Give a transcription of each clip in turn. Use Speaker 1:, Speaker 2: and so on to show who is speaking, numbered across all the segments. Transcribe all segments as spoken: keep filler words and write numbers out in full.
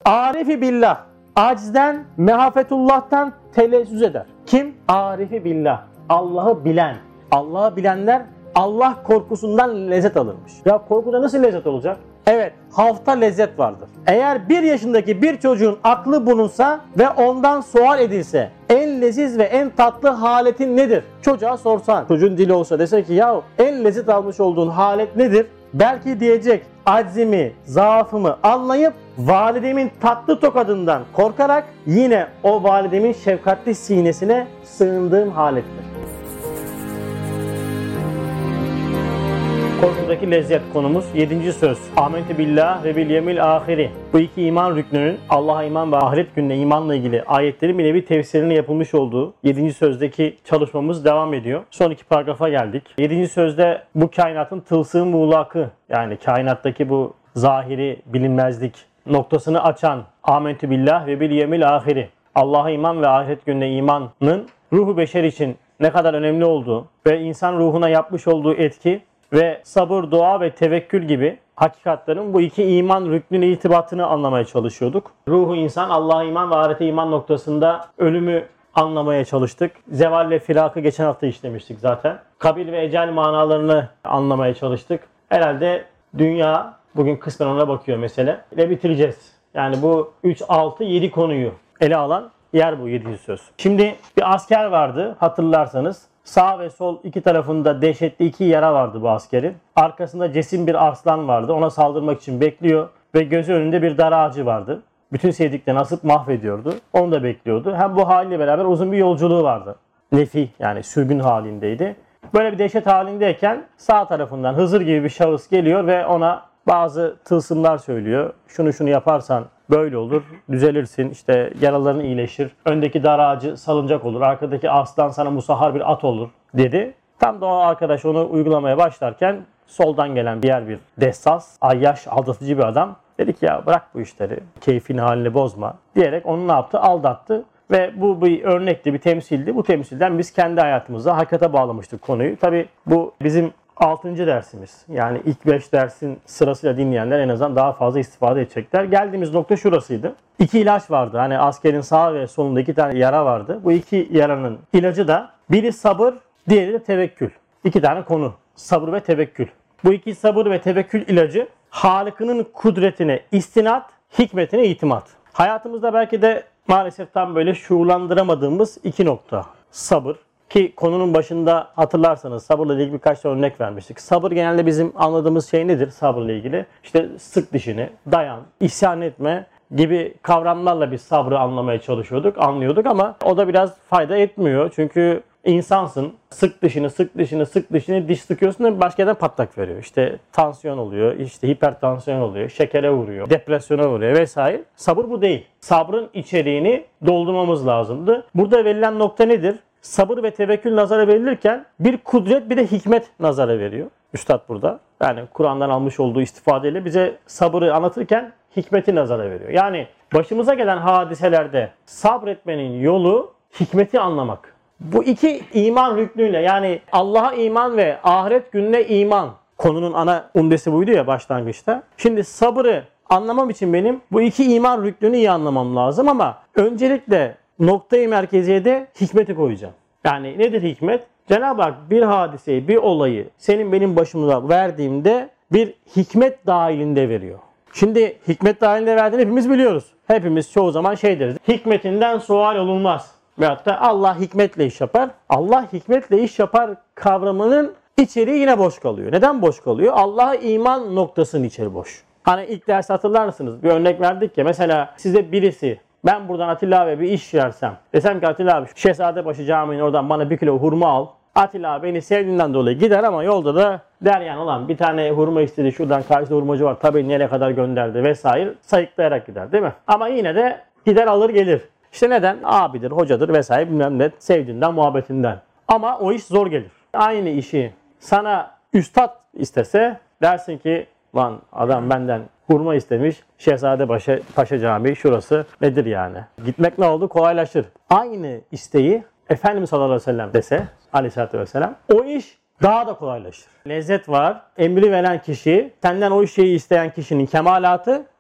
Speaker 1: Arifi billah. Acizden, mehafetullah'tan telezzüz eder. Kim? Arifi billah. Allah'ı bilen. Allah'ı bilenler Allah korkusundan lezzet alırmış. Ya korkuda nasıl lezzet olacak? Evet, havfta lezzet vardır. Eğer bir yaşındaki bir çocuğun aklı bulunsa ve ondan sual edilse en leziz ve en tatlı haletin nedir? Çocuğa sorsan, çocuğun dili olsa dese ki ya en lezzet almış olduğun halet nedir? Belki diyecek aczimi, zaafımı anlayıp validemin tatlı tokadından korkarak yine o validemin şefkatli sinesine sığındığım halettir. Korkudaki lezzet konumuz yedinci söz. Âmentü billah ve bil yevmil âhiri. Bu iki iman rüknünün Allah'a iman ve ahiret gününe imanla ilgili ayetlerin bir nevi tefsirinin yapılmış olduğu yedinci sözdeki çalışmamız devam ediyor. Son iki paragrafa geldik. yedinci sözde bu kainatın tılsım muğlakı, yani kainattaki bu zahiri bilinmezlik noktasını açan âmentü billah ve bil yevmil âhiri. Allah'a iman ve ahiret gününe imanın ruhu beşer için ne kadar önemli olduğu ve insan ruhuna yapmış olduğu etki ve sabır, dua ve tevekkül gibi hakikatlerin bu iki iman rüknüne irtibatını anlamaya çalışıyorduk. Ruhu insan, Allah'a iman ve ahirete iman noktasında ölümü anlamaya çalıştık. Zeval ve firakı geçen hafta işlemiştik zaten. Kabil ve ecel manalarını anlamaya çalıştık. Herhalde dünya bugün kısmen ona bakıyor mesele ve bitireceğiz. Yani bu üç, altı, yedi konuyu ele alan yer bu yedinci söz. Şimdi bir asker vardı hatırlarsanız. Sağ ve sol iki tarafında dehşetli iki yara vardı bu askerin. Arkasında cesim bir arslan vardı. Ona saldırmak için bekliyor. Ve gözü önünde bir dar ağacı vardı. Bütün sevdiklerini asıp mahvediyordu. Onu da bekliyordu. Hem bu haliyle beraber uzun bir yolculuğu vardı. Nefi, yani sürgün halindeydi. Böyle bir dehşet halindeyken sağ tarafından Hızır gibi bir şahıs geliyor ve ona bazı tılsımlar söylüyor. Şunu şunu yaparsan böyle olur, düzelirsin, işte yaraların iyileşir, öndeki dar ağacı salıncak olur, arkadaki aslan sana musahhar bir at olur dedi. Tam da o arkadaş onu uygulamaya başlarken soldan gelen diğer bir dessas, ayyaş, aldatıcı bir adam dedi ki ya bırak bu işleri, keyfin halini bozma diyerek onu ne yaptı? Aldattı. Ve bu bir örnekti, bir temsildi. Bu temsilden biz kendi hayatımıza hakikate bağlamıştık konuyu. Tabii bu bizim altıncı dersimiz. Yani ilk beş dersin sırasıyla dinleyenler en azından daha fazla istifade edecekler. Geldiğimiz nokta şurasıydı. İki ilaç vardı. Hani askerin sağ ve solunda iki tane yara vardı. Bu iki yaranın ilacı da biri sabır, diğeri de tevekkül. İki tane konu. Sabır ve tevekkül. Bu iki sabır ve tevekkül ilacı Halık'ının kudretine istinat, hikmetine itimat. Hayatımızda belki de maalesef tam böyle şuurlandıramadığımız iki nokta. Sabır. Ki konunun başında hatırlarsanız sabırla ilgili birkaç örnek vermiştik. Sabır genelde bizim anladığımız şey nedir sabırla ilgili? İşte sık dişini, dayan, isyan etme gibi kavramlarla biz sabrı anlamaya çalışıyorduk, anlıyorduk ama o da biraz fayda etmiyor. Çünkü insansın, sık dişini, sık dişini, sık dişini, diş sıkıyorsun da başka yerden patlak veriyor. İşte tansiyon oluyor, işte hipertansiyon oluyor, şekere vuruyor, depresyona vuruyor vesaire. Sabır bu değil. Sabrın içeriğini doldurmamız lazımdı. Burada verilen nokta nedir? Sabır ve tevekkül nazara verilirken bir kudret bir de hikmet nazara veriyor. Üstad burada. Yani Kur'an'dan almış olduğu istifadeyle bize sabırı anlatırken hikmeti nazara veriyor. Yani başımıza gelen hadiselerde sabretmenin yolu hikmeti anlamak. Bu iki iman rüknüyle yani Allah'a iman ve ahiret gününe iman konunun ana umdesi buydu ya başlangıçta. Şimdi sabırı anlamam için benim bu iki iman rüknünü iyi anlamam lazım ama öncelikle noktayı merkeziyede hikmeti koyacağım. Yani nedir hikmet? Cenab-ı Hak bir hadiseyi, bir olayı senin benim başımıza verdiğimde bir hikmet dahilinde veriyor. Şimdi hikmet dahilinde verdiğini hepimiz biliyoruz. Hepimiz çoğu zaman şey deriz. Hikmetinden sual olunmaz. Veyahut da Allah hikmetle iş yapar. Allah hikmetle iş yapar kavramının içeriği yine boş kalıyor. Neden boş kalıyor? Allah'a iman noktasının içeri boş. Hani ilk ders hatırlar mısınız? Bir örnek verdik ya. Mesela size birisi ben buradan Atilla abi bir iş versem. Desem ki Atilla abi Şehzadebaşı Camii'nin oradan bana bir kilo hurma al. Atilla abi beni sevdiğinden dolayı gider ama yolda da der yani olan bir tane hurma istedi şuradan karşıda hurmacı var tabii nereye kadar gönderdi vesaire sayıklayarak gider değil mi? Ama yine de gider alır gelir. İşte neden? Abidir, hocadır vesaire bilmem ne sevdiğinden muhabbetinden. Ama o iş zor gelir. Aynı işi sana üstad istese dersin ki lan adam benden hurma istemiş. Şehzadebaşı Paşa Camii şurası nedir yani? Gitmek ne oldu? Kolaylaşır. Aynı isteği Efendimiz sallallahu aleyhi ve sellem dese aleyhissalatü vesselam o iş daha da kolaylaşır. Lezzet var. Emri veren kişi, senden o şeyi isteyen kişinin kemalatı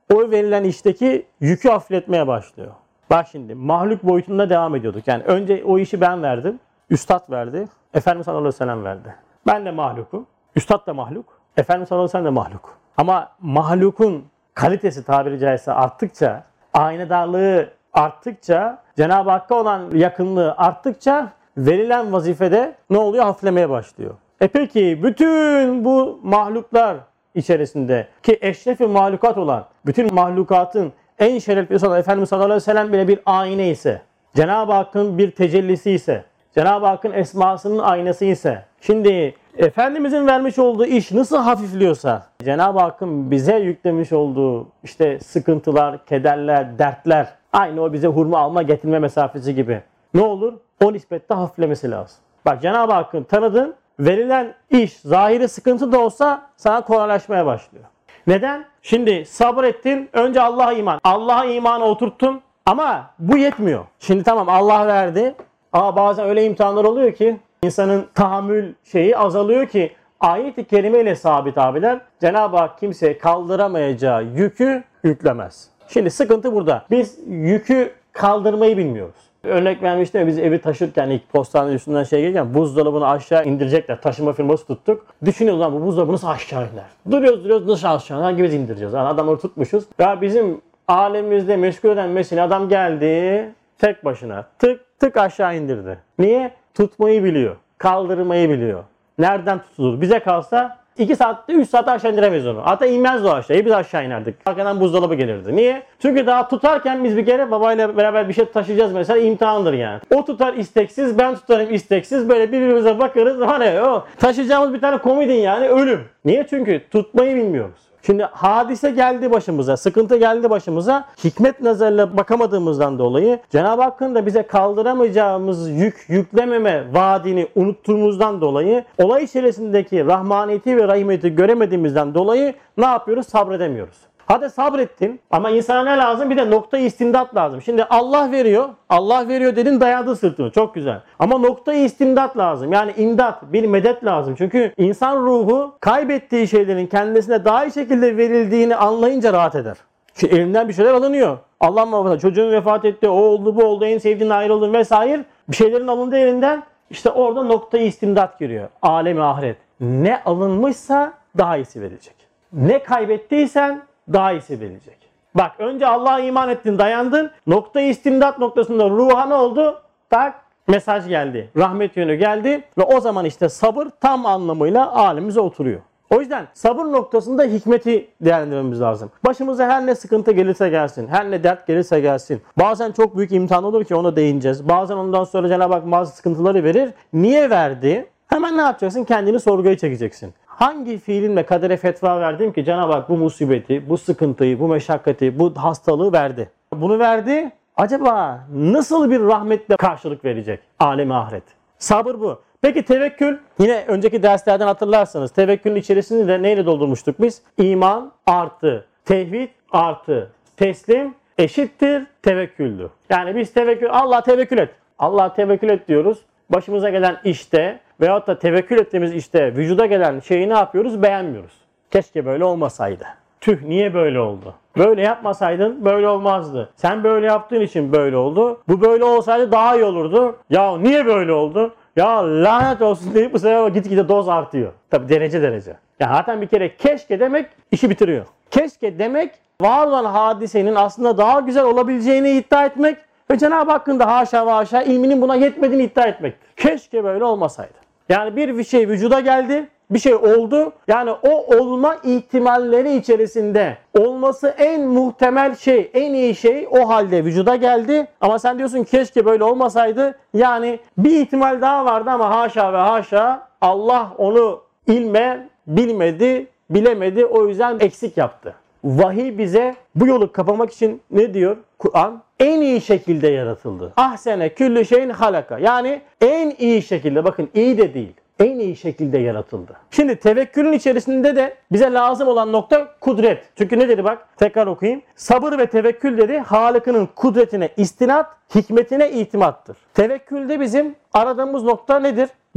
Speaker 1: o verilen işteki yükü hafifletmeye başlıyor. Bak şimdi mahluk boyutunda devam ediyorduk. Yani önce o işi ben verdim. Üstad verdi. Efendimiz sallallahu aleyhi ve sellem verdi. Ben de mahlukum. Üstad da mahluk. Efendimiz sallallahu aleyhi ve sellem de mahluk. Ama mahlukun kalitesi tabiri caizse arttıkça, aynadarlığı arttıkça, Cenab-ı Hakk'a olan yakınlığı arttıkça verilen vazifede ne oluyor? Hafiflemeye başlıyor. E peki bütün bu mahluklar içerisinde ki eşref-i mahlukat olan, bütün mahlukatın en şereflisi olan Efendimiz sallallahu aleyhi ve sellem bile bir ayna ise, Cenab-ı Hakk'ın bir tecellisi ise, Cenab-ı Hakk'ın esmasının aynası ise, şimdi Efendimizin vermiş olduğu iş nasıl hafifliyorsa, Cenab-ı Hakk'ın bize yüklemiş olduğu işte sıkıntılar, kederler, dertler, aynı o bize hurma alma getirme mesafesi gibi ne olur? O nispette hafiflemesi lazım. Bak Cenab-ı Hakk'ın tanıdığın, verilen iş, zahiri sıkıntı da olsa sana kolaylaşmaya başlıyor. Neden? Şimdi sabrettin, önce Allah'a iman. Allah'a imanı oturttun ama bu yetmiyor. Şimdi tamam Allah verdi ama bazen öyle imtihanlar oluyor ki insanın tahammül şeyi azalıyor ki ayet-i kerimeyle sabit abiler Cenab-ı Hak kimseye kaldıramayacağı yükü yüklemez. Şimdi sıkıntı burada. Biz yükü kaldırmayı bilmiyoruz. Örnek vermiştim ya biz evi taşırken ilk postanın üstünden şey gelirken buzdolabını aşağı indirecekler. Taşıma firması tuttuk. Düşünüyoruz lan bu buzdolabı nasıl aşağı iner? Duruyoruz duruyoruz nasıl aşağı iner? Hangi biz indireceğiz? Yani adamları tutmuşuz. Ya bizim alemimizde meşgul eden mesele adam geldi tek başına tık tık aşağı indirdi. Niye? Tutmayı biliyor. Kaldırmayı biliyor. Nereden tutulur? Bize kalsa iki saatte üç saatte aşağı indiremeyiz onu. Hatta inmez o aşağıya. Biz aşağı inerdik. Arkadan buzdolabı gelirdi. Niye? Çünkü daha tutarken biz bir kere babayla beraber bir şey taşıyacağız mesela imtihandır yani. O tutar isteksiz, ben tutarım isteksiz. Böyle birbirimize bakarız. Hani o taşıyacağımız bir tane komedin yani ölüm. Niye? Çünkü tutmayı bilmiyoruz. Şimdi hadise geldi başımıza, sıkıntı geldi başımıza. Hikmet nazarıyla bakamadığımızdan dolayı Cenab-ı Hakk'ın da bize kaldıramayacağımız yük, yüklememe vaadini unuttuğumuzdan dolayı olay içerisindeki rahmaniyeti ve rahimeti göremediğimizden dolayı ne yapıyoruz? Sabredemiyoruz. Hadi sabrettin ama insana ne lazım? Bir de noktayı istimdat lazım. Şimdi Allah veriyor. Allah veriyor dedin dayadı sırtını. Çok güzel. Ama noktayı istimdat lazım. Yani imdat, bir medet lazım. Çünkü insan ruhu kaybettiği şeylerin kendisine daha iyi şekilde verildiğini anlayınca rahat eder. Çünkü elinden bir şeyler alınıyor. Allah muhafaza çocuğun vefat etti, o oldu, bu oldu, en sevdiğin ayrıldın vesaire. Bir şeylerin alındığı elinden işte orada noktayı istimdat giriyor. Alem-i ahiret. Ne alınmışsa daha iyisi verilecek. Ne kaybettiysen daha iyisi verilecek. Bak önce Allah'a iman ettin, dayandın. Nokta-i istimdat noktasında ruha ne oldu? Tak mesaj geldi. Rahmet yönü geldi ve o zaman işte sabır tam anlamıyla alemize oturuyor. O yüzden sabır noktasında hikmeti değerlendirmemiz lazım. Başımıza her ne sıkıntı gelirse gelsin, her ne dert gelirse gelsin. Bazen çok büyük imtihan olur ki ona değineceğiz. Bazen ondan sonra Cenab-ı Hak bazı sıkıntıları verir. Niye verdi? Hemen ne yapacaksın? Kendini sorguya çekeceksin. Hangi fiilimle kadere fetva verdim ki Cenab-ı Hak bu musibeti, bu sıkıntıyı, bu meşakkati, bu hastalığı verdi? Bunu verdi. Acaba nasıl bir rahmetle karşılık verecek? Alem-i ahiret. Sabır bu. Peki tevekkül? Yine önceki derslerden hatırlarsanız tevekkülün içerisini de neyle doldurmuştuk biz? İman artı tevhid artı teslim eşittir tevekküldür. Yani biz tevekkül, Allah tevekkül et. Allah tevekkül et diyoruz. Başımıza gelen işte veyahut da tevekkül ettiğimiz işte vücuda gelen şeyi ne yapıyoruz? Beğenmiyoruz. Keşke böyle olmasaydı. Tüh niye böyle oldu? Böyle yapmasaydın böyle olmazdı. Sen böyle yaptığın için böyle oldu. Bu böyle olsaydı daha iyi olurdu. Ya niye böyle oldu? Ya lanet olsun deyip bu sefer gitgide doz artıyor. Tabi derece derece. Ya zaten bir kere keşke demek işi bitiriyor. Keşke demek var olan hadisenin aslında daha güzel olabileceğini iddia etmek ve Cenab-ı Hakk'ın da haşa ve haşa ilminin buna yetmediğini iddia etmektir. Keşke böyle olmasaydı. Yani bir şey vücuda geldi, bir şey oldu. Yani o olma ihtimalleri içerisinde olması en muhtemel şey, en iyi şey o halde vücuda geldi. Ama sen diyorsun keşke böyle olmasaydı. Yani bir ihtimal daha vardı ama haşa ve haşa Allah onu ilme, bilmedi, bilemedi. O yüzden eksik yaptı. Vahiy bize bu yolu kapamak için ne diyor Kur'an? En iyi şekilde yaratıldı. Ahsene küllü şeyin halaka. Yani en iyi şekilde, bakın iyi de değil, en iyi şekilde yaratıldı. Şimdi tevekkülün içerisinde de bize lazım olan nokta kudret. Çünkü ne dedi bak? Tekrar okuyayım. Sabır ve tevekkül dedi Halık'ının kudretine istinat, hikmetine itimattır. Tevekkülde bizim aradığımız nokta nedir?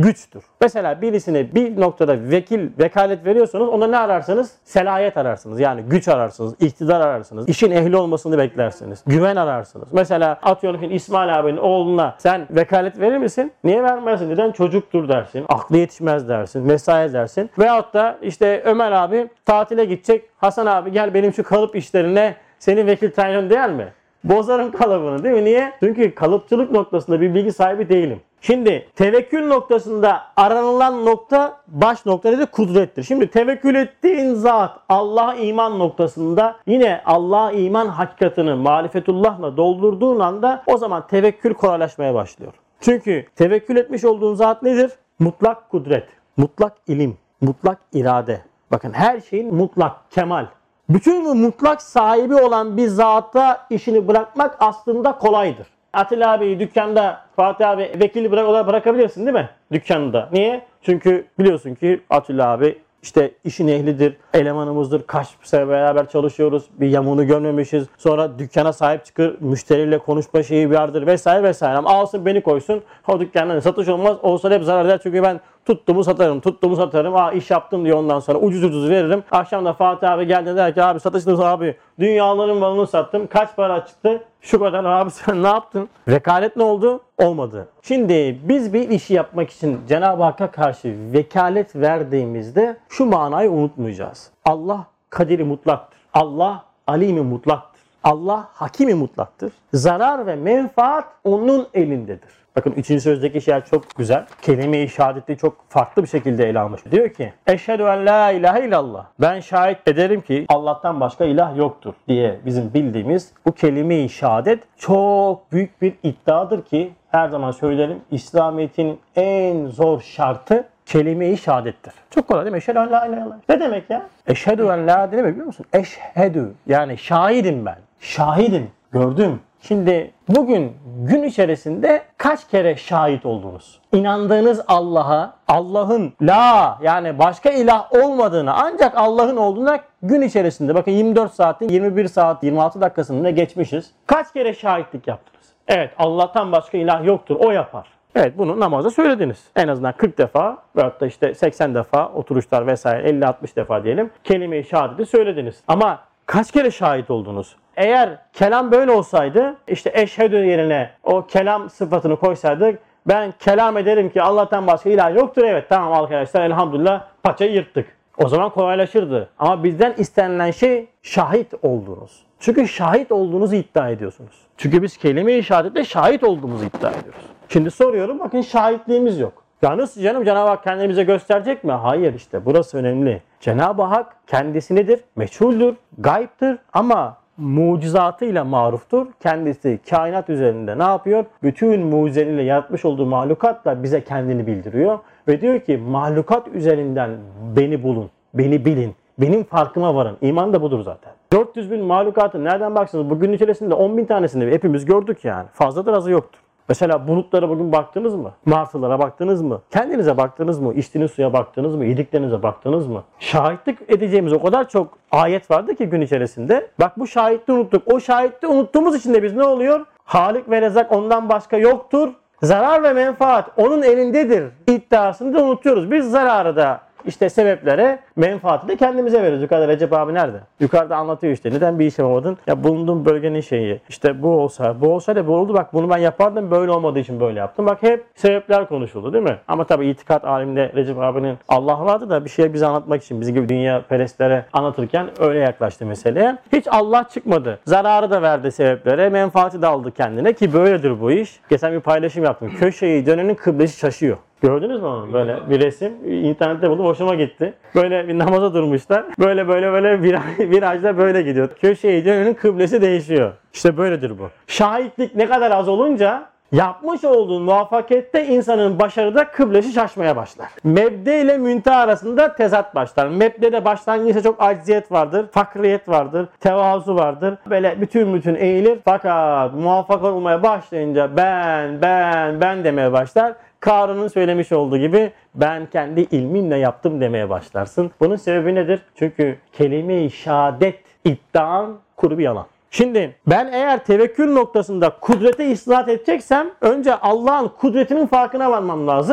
Speaker 1: güçtür. Mesela birisine bir noktada vekil, vekalet veriyorsanız ona ne ararsanız? Selayet ararsınız. Yani güç ararsınız, iktidar ararsınız, işin ehli olmasını beklersiniz, güven ararsınız. Mesela atıyorum ki İsmail abinin oğluna sen vekalet verir misin? Niye vermezsin? Neden? Çocuktur dersin, aklı yetişmez dersin, vesaire dersin. Veyahut da işte Ömer abi tatile gidecek, Hasan abi gel benim şu kalıp işlerine senin vekil tayin değil mi? Bozarım kalıbını değil mi? Niye? Çünkü kalıpçılık noktasında bir bilgi sahibi değilim. Şimdi tevekkül noktasında aranılan nokta baş nokta nedir? Kudrettir. Şimdi tevekkül ettiğin zat Allah'a iman noktasında yine Allah'a iman hakikatini marifetullah'la doldurduğun anda o zaman tevekkül kolaylaşmaya başlıyor. Çünkü tevekkül etmiş olduğun zat nedir? Mutlak kudret, mutlak ilim, mutlak irade. Bakın her şeyin mutlak, kemal. Bütün bu mutlak sahibi olan bir zata işini bırakmak aslında kolaydır. Atilla abiyi dükkanda, Fatih abi vekili bırak, bırakabilirsin değil mi? Dükkanda. Niye? Çünkü biliyorsun ki Atilla abi işte işin ehlidir, elemanımızdır, kaç sene beraber çalışıyoruz, bir yamuğunu görmemişiz. Sonra dükkana sahip çıkır, müşteriyle konuşma şeyi vardır vesaire vesaire. Ama alsın beni koysun, o dükkandan satış olmaz, olsa hep zarar eder çünkü ben tuttuğumu satarım, tuttuğumu satarım. Aa iş yaptım diye ondan sonra ucuz ucuz veririm. Akşam da Fatih abi geldi der ki abi satışınız abi dünyaların malını sattım. Kaç para çıktı? Şu kadar abi sen ne yaptın? Vekalet ne oldu? Olmadı. Şimdi biz bir işi yapmak için Cenab-ı Hakk'a karşı vekalet verdiğimizde şu manayı unutmayacağız. Allah kadiri mutlaktır. Allah alimi mutlaktır. Allah hakimi mutlaktır. Zarar ve menfaat onun elindedir. Bakın üçüncü sözdeki şiar çok güzel. Kelime-i şehadeti çok farklı bir şekilde ele almış. Diyor ki eşhedü en la ilahe illallah. Ben şahit ederim ki Allah'tan başka ilah yoktur diye bizim bildiğimiz bu kelime-i şehadet çok büyük bir iddiadır ki her zaman söylerim İslamiyet'in en zor şartı kelime-i şehadettir. Çok kolay değil mi? Eşhedü en la ilahe illallah. Ne demek ya? Eşhedü en la ne demek biliyor musun? Eşhedü yani şahidim ben. Şahidim. Gördüm. Şimdi bugün gün içerisinde kaç kere şahit oldunuz? İnandığınız Allah'a, Allah'ın la yani başka ilah olmadığını ancak Allah'ın olduğuna gün içerisinde bakın yirmi dört saatin yirmi bir saat yirmi altı dakikasını da geçmişiz. Kaç kere şahitlik yaptınız? Evet Allah'tan başka ilah yoktur o yapar. Evet bunu namazda söylediniz. En azından kırk defa veyahut da işte seksen defa oturuşlar vesaire elli altmış defa diyelim. Kelime-i şehadeti söylediniz. Ama kaç kere şahit oldunuz? Eğer kelam böyle olsaydı işte eşhedü yerine o kelam sıfatını koysaydık ben kelam ederim ki Allah'tan başka ilah yoktur. Evet tamam arkadaşlar elhamdülillah paçayı yırttık. O zaman kolaylaşırdı. Ama bizden istenilen şey şahit olduğunuz. Çünkü şahit olduğunuzu iddia ediyorsunuz. Çünkü biz kelime-i şehadetle şahit olduğumuzu iddia ediyoruz. Şimdi soruyorum bakın şahitliğimiz yok. Ya nasıl canım Cenab-ı Hak kendini bize gösterecek mi? Hayır işte burası önemli. Cenab-ı Hak kendisi nedir? Meçhuldür, gayiptir ama mucizatıyla maruftur. Kendisi kainat üzerinde ne yapıyor? Bütün mucizeleriyle yaratmış olduğu mahlukatla bize kendini bildiriyor. Ve diyor ki mahlukat üzerinden beni bulun, beni bilin, benim farkıma varın. İman da budur zaten. dört yüz bin mahlukatın nereden baksanız bugün içerisinde on bin tanesini hepimiz gördük yani. Fazladır azı yoktur. Mesela bulutlara bugün baktınız mı? Martılara baktınız mı? Kendinize baktınız mı? İçtiğiniz suya baktınız mı? Yediklerinize baktınız mı? Şahitlik edeceğimiz o kadar çok ayet vardı ki gün içerisinde. Bak bu şahitliği unuttuk. O şahitliği unuttuğumuz için de biz ne oluyor? Halik ve Rezak ondan başka yoktur. Zarar ve menfaat onun elindedir iddiasını da unutuyoruz. Biz zararı da işte sebeplere, menfaati de kendimize veriyoruz. Yukarıda Recep abi nerede? Yukarıda anlatıyor işte. Neden bir iş yapamadın? Ya bulunduğum bölgenin şeyi. İşte bu olsa, bu olsa da bu oldu. Bak bunu ben yapardım. Böyle olmadığı için böyle yaptım. Bak hep sebepler konuşuldu değil mi? Ama tabii itikat aliminde Recep abinin Allah vardı da bir şey bize anlatmak için bizim gibi dünya perestlere anlatırken öyle yaklaştı meseleye. Hiç Allah çıkmadı. Zararı da verdi sebeplere. Menfaati de aldı kendine ki böyledir bu iş. Geçen bir paylaşım yaptım. Köşeyi dönenin kıblesi şaşıyor. Gördünüz mü onu? Böyle bir resim. İnternette buldum. Hoşuma gitti. Böyle bir namaza durmuşlar. Böyle böyle böyle viraj, virajda böyle gidiyor. Köşeyi dönenin kıblesi değişiyor. İşte böyledir bu. Şahitlik ne kadar az olunca yapmış olduğun muvaffakiyette insanın başarıda kıblesi şaşmaya başlar. Mebde ile münteha arasında tezat başlar. Mebde'de başlangıçta çok acziyet vardır, fakriyet vardır, tevazu vardır. Böyle bütün bütün eğilir. Fakat muvaffak olmaya başlayınca ben, ben, ben demeye başlar. Karun'un söylemiş olduğu gibi ben kendi ilmimle yaptım demeye başlarsın. Bunun sebebi nedir? Çünkü kelime-i şehadet iddian kuru bir yalan. Şimdi ben eğer tevekkül noktasında kudrete isnat edeceksem önce Allah'ın kudretinin farkına varmam lazım.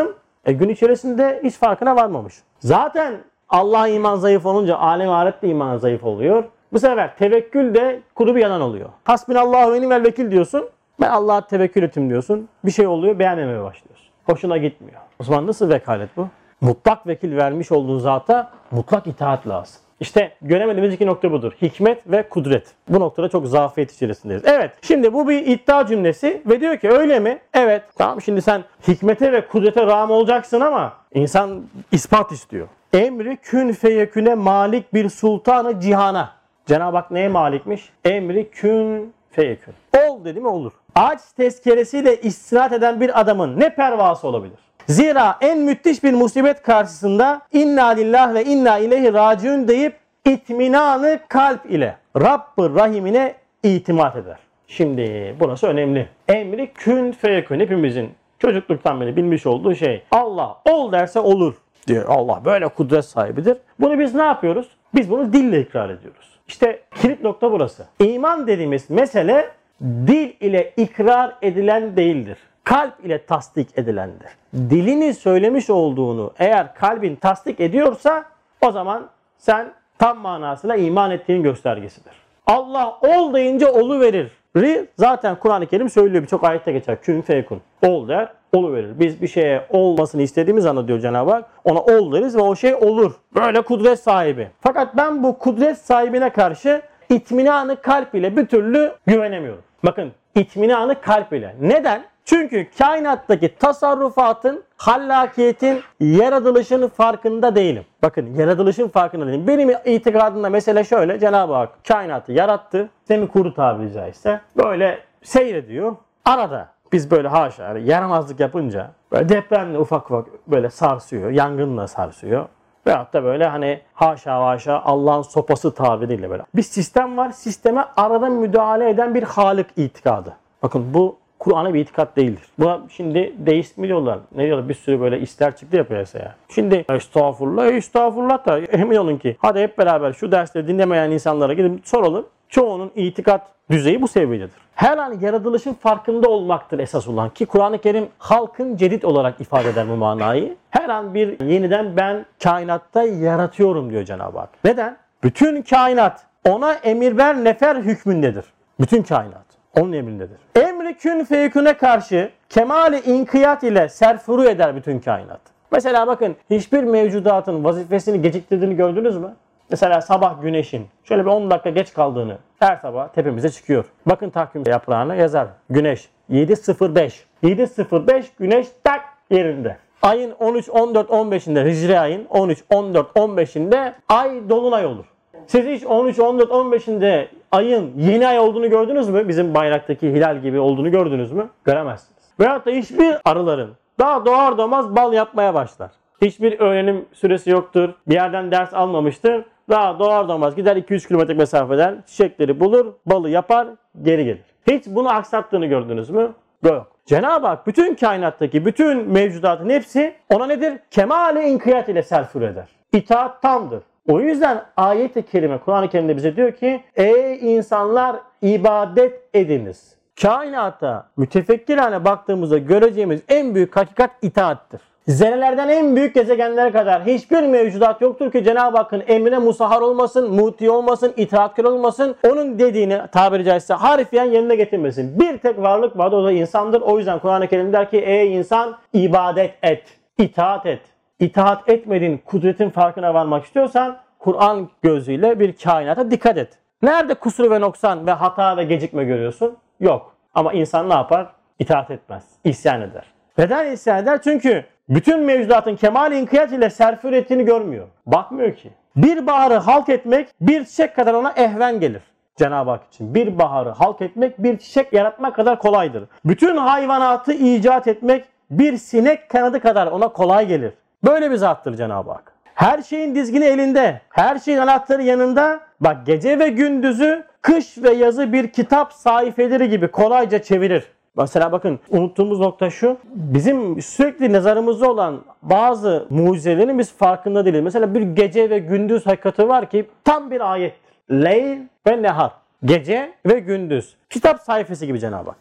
Speaker 1: E gün içerisinde hiç farkına varmamış. Zaten Allah'a iman zayıf olunca alem ahiret de iman zayıf oluyor. Bu sefer tevekkül de kuru bir yalan oluyor. Hasbinallahu ve ni'mel vekil diyorsun. Ben Allah'a tevekkül ettim diyorsun. Bir şey oluyor, beğenmemeye başlıyorsun. Hoşuna gitmiyor. O zaman nasıl vekalet bu? Mutlak vekil vermiş olduğun zata mutlak itaat lazım. İşte göremediğimiz iki nokta budur. Hikmet ve kudret. Bu noktada çok zafiyet içerisindeyiz. Evet. Şimdi bu bir iddia cümlesi ve diyor ki öyle mi? Evet. Tamam, şimdi sen hikmete ve kudrete rağm olacaksın ama insan ispat istiyor. Emri kün feyeküne malik bir sultanı cihana. Cenab-ı Hak neye malikmiş? Emri kün feyekün. Ol dedi mi olur. Aç tezkeresiyle istinat eden bir adamın ne pervası olabilir? Zira en müthiş bir musibet karşısında inna lillah ve inna ileyhi raciun deyip itminanı kalp ile Rabb-ı Rahim'ine itimat eder. Şimdi burası önemli. Emri kün feyekün, hepimizin çocukluktan beri bilmiş olduğu şey. Allah ol derse olur diyor. Allah böyle kudret sahibidir. Bunu biz ne yapıyoruz? Biz bunu dille ikrar ediyoruz. İşte kilit nokta burası. İman dediğimiz mesele dil ile ikrar edilen değildir. Kalp ile tasdik edilendir. Dilini söylemiş olduğunu eğer kalbin tasdik ediyorsa o zaman sen tam manasıyla iman ettiğinin göstergesidir. Allah ol deyince oluverir. Zaten Kur'an-ı Kerim söylüyor, birçok ayette geçer. Kün feyekun. Ol der, oluverir. Biz bir şeye olmasını istediğimiz anda diyor Cenab-ı Hak, ona ol deriz ve o şey olur. Böyle kudret sahibi. Fakat ben bu kudret sahibine karşı itminanı kalp ile bir türlü güvenemiyorum. Bakın, itminanı kalp ile. Neden? Çünkü kainattaki tasarrufatın, hallakiyetin, yaratılışın farkında değilim. Bakın, yaratılışın farkında değilim. Benim itikadımda mesele şöyle: Cenab-ı Hak kainatı yarattı. Semi kuru tabiri caizse. Böyle seyrediyor. Arada biz böyle haşa yaramazlık yapınca böyle depremle ufak ufak böyle sarsıyor. Yangınla sarsıyor. Veyahut da böyle hani haşa haşa Allah'ın sopası tabiriyle böyle. Bir sistem var. Sisteme arada müdahale eden bir Halik itikadı. Bakın, bu Kur'an'a bir itikat değildir. Buna şimdi deist mi diyorlar? Ne diyorlar? Bir sürü böyle ister çıktı ya piyasaya. Şimdi estağfurullah, estağfurullah da emin olun ki hadi hep beraber şu dersleri dinlemeyen insanlara gidip soralım. Çoğunun itikat düzeyi bu seviyededir. Her an yaratılışın farkında olmaktır esas olan, ki Kur'an-ı Kerim halkın cedid olarak ifade eder bu manayı. Her an bir yeniden ben kainatta yaratıyorum diyor Cenab-ı Hak. Neden? Bütün kainat ona emir ver nefer hükmündedir. Bütün kainat onun emrindedir. Emri kün feyeküne karşı kemali inkiyat ile serfuru eder bütün kainat. Mesela bakın, hiçbir mevcudatın vazifesini geciktirdiğini gördünüz mü? Mesela sabah güneşin şöyle bir on dakika geç kaldığını her sabah tepemize çıkıyor. Bakın takvim yaprağına yazar. Güneş yedi sıfır beş. yedi sıfır beş güneş tak yerinde. Ayın on üç, on dört, on beşinde, Hicri ayın on üç, on dört, on beşinde ay dolunay olur. Siz hiç on üç, on dört, on beşinde ayın yeni ay olduğunu gördünüz mü? Bizim bayraktaki hilal gibi olduğunu gördünüz mü? Göremezsiniz. Veyahut da hiçbir arıların daha doğar doğmaz bal yapmaya başlar. Hiçbir öğrenim süresi yoktur. Bir yerden ders almamıştır. Daha doğar doğmaz gider iki yüz kilometre mesafeden çiçekleri bulur, balı yapar, geri gelir. Hiç bunu aksattığını gördünüz mü? Yok. Cenab-ı Hak bütün kainattaki bütün mevcudatın hepsi ona nedir? Kemale inkiyat ile serfur eder. İtaat tamdır. O yüzden ayet-i kerime Kur'an-ı Kerim'de bize diyor ki ey insanlar ibadet ediniz. Kainata mütefekkirane baktığımızda göreceğimiz en büyük hakikat itaattir. Zerrelerden en büyük gezegenlere kadar hiçbir mevcudat yoktur ki Cenab-ı Hakk'ın emrine musahhar olmasın, muti olmasın, itaatkar olmasın. Onun dediğini tabiri caizse harfiyen yerine getirmesin. Bir tek varlık vardır, o da insandır. O yüzden Kur'an-ı Kerim der ki ey insan ibadet et, itaat et. İtaat etmediğin kudretin farkına varmak istiyorsan Kur'an gözüyle bir kainata dikkat et. Nerede kusur ve noksan ve hata ve gecikme görüyorsun? Yok. Ama insan ne yapar? İtaat etmez. İsyan eder. Neden isyan eder? Çünkü bütün mevcudatın kemal inkiyat ile serfür ettiğini görmüyor. Bakmıyor ki. Bir baharı halk etmek bir çiçek kadar ona ehven gelir. Cenab-ı Hak için bir baharı halk etmek bir çiçek yaratmak kadar kolaydır. Bütün hayvanatı icat etmek bir sinek kanadı kadar ona kolay gelir. Böyle bir zattır Cenab-ı Hak. Her şeyin dizgini elinde, her şeyin anahtarı yanında. Bak, gece ve gündüzü, kış ve yazı bir kitap sayfeleri gibi kolayca çevirir. Mesela bakın, unuttuğumuz nokta şu. Bizim sürekli nazarımızda olan bazı mucizelerin biz farkında değiliz. Mesela bir gece ve gündüz hakikati var ki tam bir ayettir. Leyl ve nehar. Gece ve gündüz. Kitap sayfası gibi Cenab-ı Hak.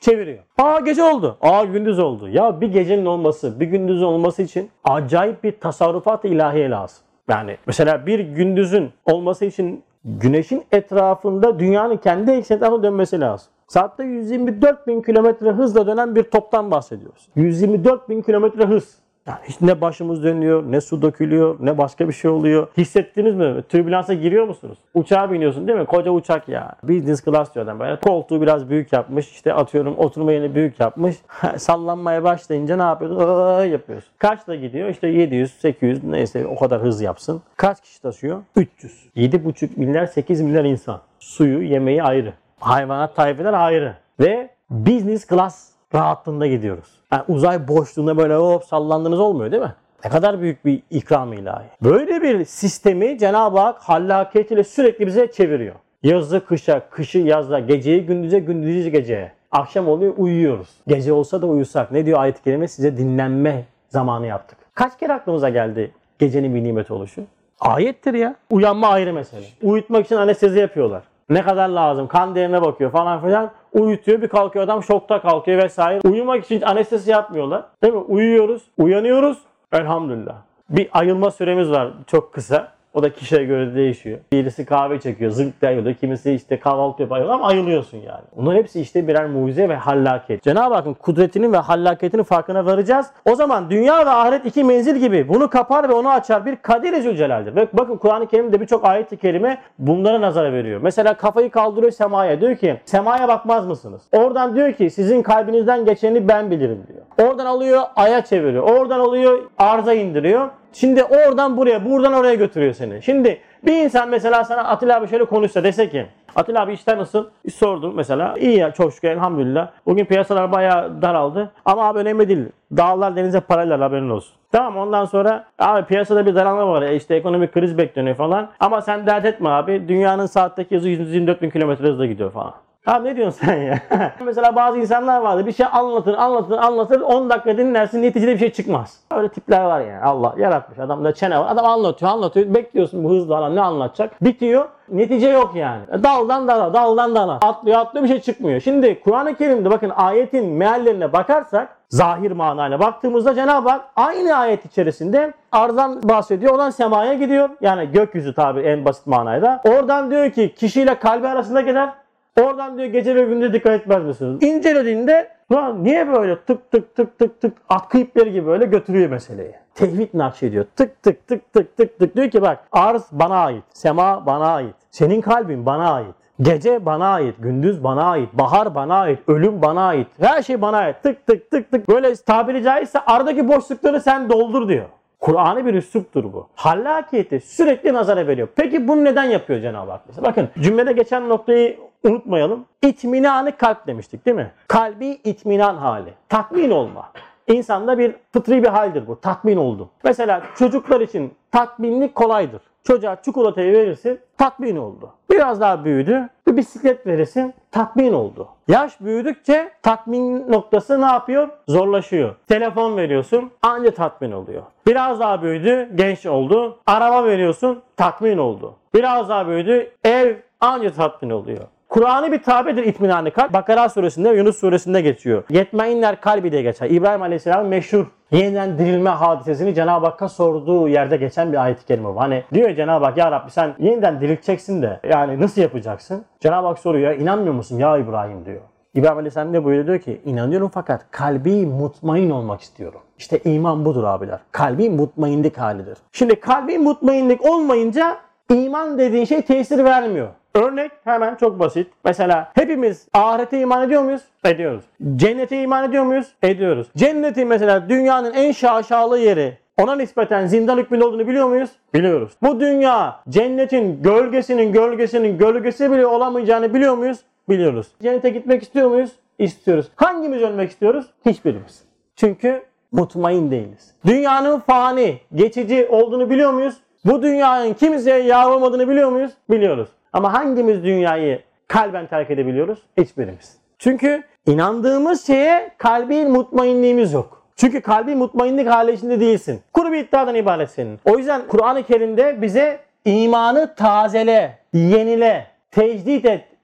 Speaker 1: çeviriyor. Aa gece oldu. Aa gündüz oldu. Ya bir gecenin olması, bir gündüzün olması için acayip bir tasarrufat-ı ilahiye lazım. Yani mesela bir gündüzün olması için güneşin etrafında dünyanın kendi ekseni etrafında dönmesi lazım. Saatte yüz yirmi dört bin kilometre hızla dönen bir toptan bahsediyoruz. yüz yirmi dört bin kilometre hız. Yani hiç ne başımız dönüyor, ne su dökülüyor, ne başka bir şey oluyor. Hissettiniz mi? Türbülansa giriyor musunuz? Uçağa biniyorsun değil mi? Koca uçak ya. Business class diyor adam böyle. Koltuğu biraz büyük yapmış. İşte atıyorum oturma yerini büyük yapmış. Sallanmaya başlayınca ne yapıyorsun? Aa, yapıyorsun. Kaçla gidiyor? İşte yedi yüz, sekiz yüz neyse o kadar hız yapsın. Kaç kişi taşıyor? üç yüz. yedi buçuk milyar, sekiz milyar insan. Suyu, yemeği ayrı. Hayvanat tayfeler ayrı. Ve business class rahatlığında gidiyoruz. Yani uzay boşluğunda böyle hop sallandığınız olmuyor değil mi? Ne kadar büyük bir ikram ilahi. Böyle bir sistemi Cenab-ı Hak hallakiyetiyle sürekli bize çeviriyor. Yazı kışa, kışı yazda, geceyi gündüze, gündüzü geceye. Akşam oluyor uyuyoruz. Gece olsa da uyusak. Ne diyor ayet-i kerime? Size dinlenme zamanı yaptık. Kaç kere aklımıza geldi gecenin bir nimet oluşu? Ayettir ya. Uyanma ayrı mesele. Uyutmak için anestezi yapıyorlar. Ne kadar lazım? Kan değerine bakıyor falan filan. Uyutuyor. Bir kalkıyor adam şokta kalkıyor vesaire. Uyumak için anestezi yapmıyorlar. Değil mi? Uyuyoruz. Uyanıyoruz. Elhamdülillah. Bir ayılma süremiz var çok kısa. O da kişiye göre değişiyor. Birisi kahve çekiyor, zınk diye ayılıyor. Kimisi işte kahvaltı yapıyor ama ayılıyorsun yani. Bunların hepsi işte birer mucize ve hallakiyet. Cenab-ı Hakk'ın kudretinin ve hallakiyetinin farkına varacağız. O zaman dünya ve ahiret iki menzil gibi bunu kapar ve onu açar bir Kadir-i Zülcelal'dir. Ve bakın Kur'an-ı Kerim'de birçok ayet-i kerime bunlara nazara veriyor. Mesela kafayı kaldırıyor semaya. Diyor ki semaya bakmaz mısınız? Oradan diyor ki sizin kalbinizden geçeni ben bilirim diyor. Oradan alıyor aya çeviriyor. Oradan alıyor arza indiriyor. Şimdi oradan buraya, buradan oraya götürüyor seni. Şimdi bir insan mesela sana Atilla abi şöyle konuşsa dese ki Atilla abi işler nasıl? Bir sordum mesela. İyi ya çok şükür elhamdülillah. Bugün piyasalar bayağı daraldı. Ama abi önemli değil. Dağlar denize paralel haberin olsun. Tamam ondan sonra abi piyasada bir daralma var. İşte ekonomik kriz bekleniyor falan. Ama sen dert etme abi. Dünyanın saatteki hızı yüz yirmi dört bin kilometre hızla gidiyor falan. Abi ne diyorsun sen ya? Mesela bazı insanlar vardı bir şey anlatır anlatır anlatır on dakika dinlersin neticede bir şey çıkmaz. Öyle tipler var yani Allah yaratmış adamda çene var adam anlatıyor anlatıyor bekliyorsun bu hızla falan ne anlatacak bitiyor netice yok yani. Daldan dala daldan dala atlıyor atlıyor bir şey çıkmıyor. Şimdi Kur'an-ı Kerim'de bakın ayetin meallerine bakarsak zahir manayla baktığımızda Cenab-ı Hak aynı ayet içerisinde arzdan bahsediyor olan semaya gidiyor yani gökyüzü tabi en basit manayla. Oradan diyor ki kişiyle kalbi arasında gider. Oradan diyor gece ve gündüz dikkat etmez misiniz? İncelediğinde niye böyle tık tık tık tık tık atkı ipleri gibi böyle götürüyor meseleyi. Tevhid nakşediyor. Tık tık tık tık tık tık diyor ki bak arz bana ait, sema bana ait, senin kalbin bana ait. Gece bana ait, gündüz bana ait, bahar bana ait, ölüm bana ait. Her şey bana ait. Tık tık tık tık böyle tabiri caizse aradaki boşlukları sen doldur diyor. Kur'an'ı bir üsluptur bu. Hallakiyeti sürekli nazara veriyor. Peki bunu neden yapıyor Cenab-ı Hak? Mesela bakın cümlede geçen noktayı unutmayalım. İtminanı kalp demiştik değil mi? Kalbi itminan hali. Tatmin olma. İnsanda bir fıtri bir haldir bu. Tatmin oldu. Mesela çocuklar için tatminlik kolaydır. Çocuğa çikolatayı verirsin, tatmin oldu. Biraz daha büyüdü, bir bisiklet verirsin, tatmin oldu. Yaş büyüdükçe tatmin noktası ne yapıyor? Zorlaşıyor. Telefon veriyorsun, anca tatmin oluyor. Biraz daha büyüdü, genç oldu. Araba veriyorsun, tatmin oldu. Biraz daha büyüdü, ev anca tatmin oluyor. Kur'an'ı bir tabidir itminanı kalp. Bakara suresinde, Yunus suresinde geçiyor. Yetmeinler kalbi diye geçer. İbrahim Aleyhisselam'ın meşhur yeniden dirilme hadisesini Cenab-ı Hakk'a sorduğu yerde geçen bir ayet-i kerime var. Hani diyor Cenab-ı Hak ya Rabbi sen yeniden dirilteceksin de yani nasıl yapacaksın? Cenab-ı Hak soruyor ya inanmıyor musun ya İbrahim diyor. İbrahim Aleyhisselam ne buyuruyor diyor ki inanıyorum fakat kalbi mutmain olmak istiyorum. İşte iman budur abiler. Kalbi mutmainlik halidir. Şimdi kalbi mutmainlik olmayınca iman dediğin şey tesir vermiyor. Örnek hemen çok basit. Mesela hepimiz ahirete iman ediyor muyuz? Ediyoruz. Cennete iman ediyor muyuz? Ediyoruz. Cenneti mesela dünyanın en şaşalı yeri ona nispeten zindan hükmünde olduğunu biliyor muyuz? Biliyoruz. Bu dünya cennetin gölgesinin gölgesinin gölgesi bile olamayacağını biliyor muyuz? Biliyoruz. Cennete gitmek istiyor muyuz? İstiyoruz. Hangimiz ölmek istiyoruz? Hiçbirimiz. Çünkü mutmain değiliz. Dünyanın fani, geçici olduğunu biliyor muyuz? Bu dünyanın kimseye yar olmadığını biliyor muyuz? Biliyoruz. Ama hangimiz dünyayı kalben terk edebiliyoruz? Hiçbirimiz. Çünkü inandığımız şeye kalbi mutmainliğimiz yok. Çünkü kalbi mutmainlik hali içinde değilsin. Kuru bir iddiadan ibaret senin. O yüzden Kur'an-ı Kerim'de bize imanı tazele, yenile, tecdit et,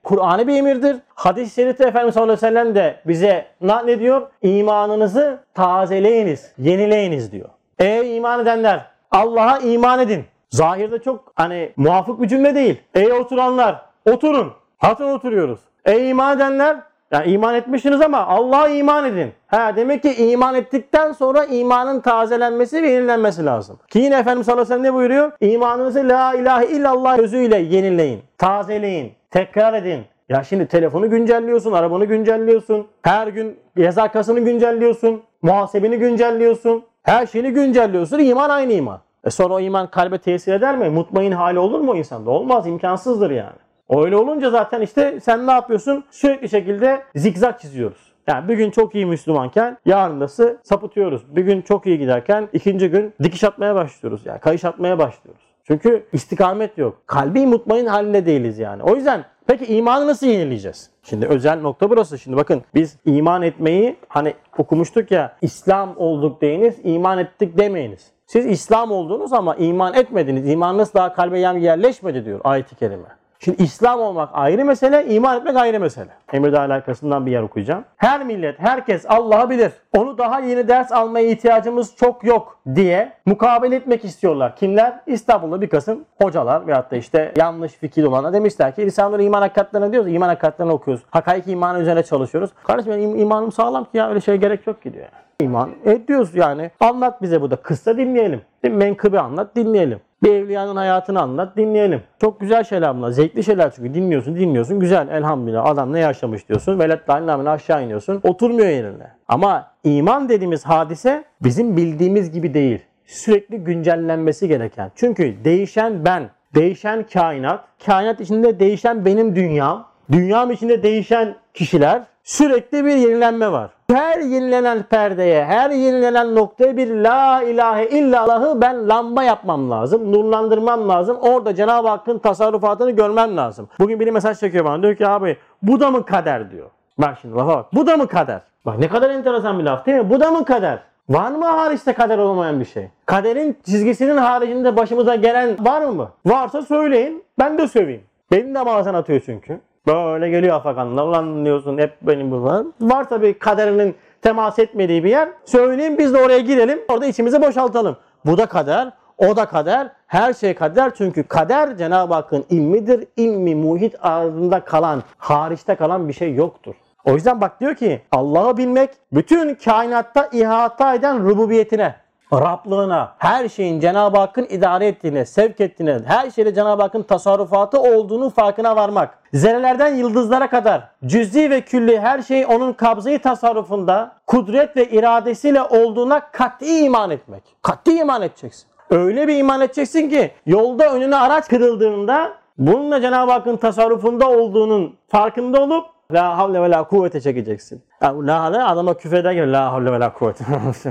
Speaker 1: Kur'an'ı bir emirdir. Hadis-i şerifte Efendimiz sallallahu aleyhi ve sellem de bize ne diyor? İmanınızı tazeleyiniz, yenileyiniz diyor. Ey iman edenler, Allah'a iman edin. Zahirde çok hani muvafık bir cümle değil. Ey oturanlar, oturun. Hatun oturuyoruz. Ey iman edenler, yani iman etmişsiniz ama Allah'a iman edin. Ha, demek ki iman ettikten sonra imanın tazelenmesi ve yenilenmesi lazım. Ki yine Efendimiz sallallahu aleyhi ve sellem ne buyuruyor? İmanınızı la ilahe illallah sözüyle yenileyin, tazeleyin, tekrar edin. Ya şimdi telefonu güncelliyorsun, arabanı güncelliyorsun, her gün yazakasını güncelliyorsun, muhasebeni güncelliyorsun, her şeyini güncelliyorsun. İman aynı iman. E sonra o iman kalbe tesir eder mi? Mutmain hali olur mu o insanda? Olmaz, imkansızdır yani. Öyle olunca zaten işte sen ne yapıyorsun? Sürekli şekilde zikzak çiziyoruz. Yani bir gün çok iyi Müslümanken yarındası sapıtıyoruz. Bir gün çok iyi giderken ikinci gün dikiş atmaya başlıyoruz. Yani kayış atmaya başlıyoruz. Çünkü istikamet yok. Kalbi mutmain halinde değiliz yani. O yüzden peki imanı nasıl yenileyeceğiz? Şimdi özel nokta burası. Şimdi bakın biz iman etmeyi hani okumuştuk ya, İslam olduk deyiniz, iman ettik demeyiniz. Siz İslam oldunuz ama iman etmediniz. İmanınız daha kalbe yerleşmedi diyor ayet-i kerime. Şimdi İslam olmak ayrı mesele, iman etmek ayrı mesele. Emirdağ alakasından bir yer okuyacağım. Her millet, herkes Allah'ı bilir. Onu daha yeni ders almaya ihtiyacımız çok yok diye mukabele etmek istiyorlar. Kimler? İstanbul'da bir kısım hocalar veyahut da işte yanlış fikir olanlar demişler ki insanları iman hakikatlerine diyoruz, iman hakikatlerini okuyoruz. Hakaiki imanı üzerine çalışıyoruz. Kardeşim benim imanım sağlam ki ya, öyle şeye gerek yok ki diyor. İman ediyoruz yani. Anlat bize burada. Kıssa dinleyelim. Menkıbe anlat, dinleyelim. Bir evliyanın hayatını anlat, dinleyelim. Çok güzel şeyler bunlar. Zevkli şeyler çünkü. Dinliyorsun, dinliyorsun. Güzel, elhamdülillah. Adam ne yaşamış diyorsun. Velet dahiline aşağı iniyorsun. Oturmuyor yerine. Ama iman dediğimiz hadise bizim bildiğimiz gibi değil. Sürekli güncellenmesi gereken. Çünkü değişen ben, değişen kainat, kainat içinde değişen benim dünyam, dünyam içinde değişen kişiler, sürekli bir yenilenme var. Her yenilenen perdeye, her yenilenen noktaya bir la ilahe illallah'ı ben lamba yapmam lazım, nurlandırmam lazım. Orada Cenab-ı Hakk'ın tasarrufatını görmem lazım. Bugün biri mesaj çekiyor bana, diyor ki abi bu da mı kader diyor. Bak şimdi lafa bak. Bu da mı kader? Bak ne kadar enteresan bir laf değil mi? Bu da mı kader? Var mı hariçte kader olmayan bir şey? Kaderin çizgisinin haricinde başımıza gelen var mı? Varsa söyleyin, ben de söveyim. Benim de bazen atıyor çünkü. Böyle geliyor afakanla. Ulan diyorsun hep benim bu var. Var tabii kaderinin temas etmediği bir yer. Söyleyin biz de oraya girelim. Orada içimizi boşaltalım. Bu da kader. O da kader. Her şey kader. Çünkü kader Cenab-ı Hakk'ın ilmidir. İlmi muhit ardında kalan, hariçte kalan bir şey yoktur. O yüzden bak diyor ki Allah'ı bilmek bütün kainatta ihata eden rububiyetine, Rablığına, her şeyin Cenab-ı Hakk'ın idare ettiğine, sevk ettiğine, her şeyde Cenab-ı Hakk'ın tasarrufatı olduğunun farkına varmak. Zerrelerden yıldızlara kadar cüz'i ve külli her şey onun kabzayı tasarrufunda, kudret ve iradesiyle olduğuna kat'i iman etmek. Kat'i iman edeceksin. Öyle bir iman edeceksin ki yolda önüne araç kırıldığında bununla Cenab-ı Hakk'ın tasarrufunda olduğunun farkında olup la havle ve la kuvvete çekeceksin. Yani la havle adama küfreder gibi la havle ve la kuvvete.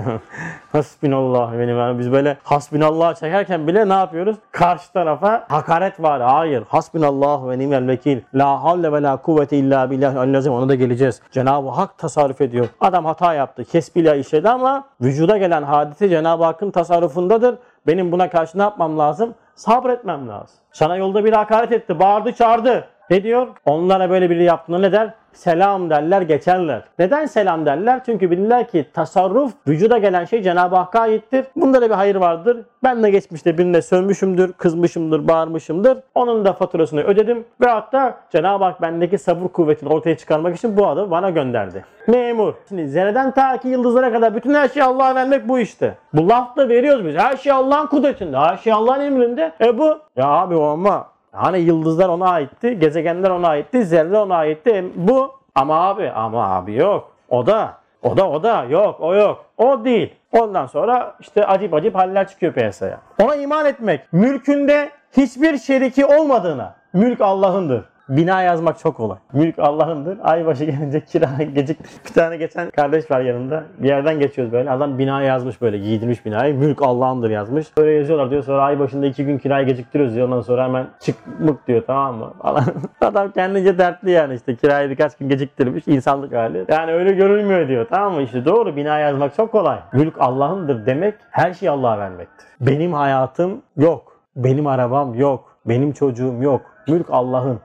Speaker 1: Hasbinallah benim. Biz böyle hasbinallah çekerken bile ne yapıyoruz? Karşı tarafa hakaret var. Hayır. Hasbinallah ve nimel vekil. La havle ve la kuvvete illa billahi lazım. Ona da geleceğiz. Cenab-ı Hak tasarruf ediyor. Adam hata yaptı. Kesbiyle işledi ama vücuda gelen hadise Cenab-ı Hakk'ın tasarrufundadır. Benim buna karşı ne yapmam lazım? Sabretmem lazım. Sana yolda bir hakaret etti. Bağırdı, çağırdı. Ne diyor? Onlara böyle biri yaptığında ne der? Selam derler, geçerler. Neden selam derler? Çünkü bilirler ki tasarruf, vücuda gelen şey Cenab-ı Hakk'a aittir. Bunda da bir hayır vardır. Ben de geçmişte birine sövmüşümdür, kızmışımdır, bağırmışımdır. Onun da faturasını ödedim. Ve hatta Cenab-ı Hak bendeki sabır kuvvetini ortaya çıkarmak için bu adamı bana gönderdi. Memur. Şimdi zerreden ta ki yıldızlara kadar bütün her şeyi Allah'a vermek bu işte. Bu lafta veriyoruz biz. Her şey Allah'ın kudretinde, her şey Allah'ın emrinde. E bu? Ya abi o ama... Hani yıldızlar ona aitti, gezegenler ona aitti, zerre ona aitti. Bu ama abi, ama abi yok. O da, o da, o da yok, o yok. O değil. Ondan sonra işte acip acip haller çıkıyor piyasaya. Ona iman etmek, mülkünde hiçbir şeriki olmadığına, mülk Allah'ındır. Bina yazmak çok kolay. Mülk Allah'ındır. Ay başı gelince kira gecikti. Bir tane geçen kardeş var yanımda. Bir yerden geçiyoruz böyle. Adam bina yazmış böyle. Giydirmiş binayı. Mülk Allah'ındır yazmış. Böyle yazıyorlar diyor. Sonra ay başında iki gün kirayı geciktiriyoruz diyor. Ondan sonra hemen çıkmık diyor, tamam mı? Falan. Adam kendince dertli yani işte. Kirayı birkaç gün geciktirmiş. İnsanlık hali. Yani öyle görülmüyor diyor. Tamam mı? İşte doğru. Bina yazmak çok kolay. Mülk Allah'ındır demek her şeyi Allah'a vermektir. Benim hayatım yok. Benim arabam yok. Benim çocuğum yok. Mülk Allah'ın.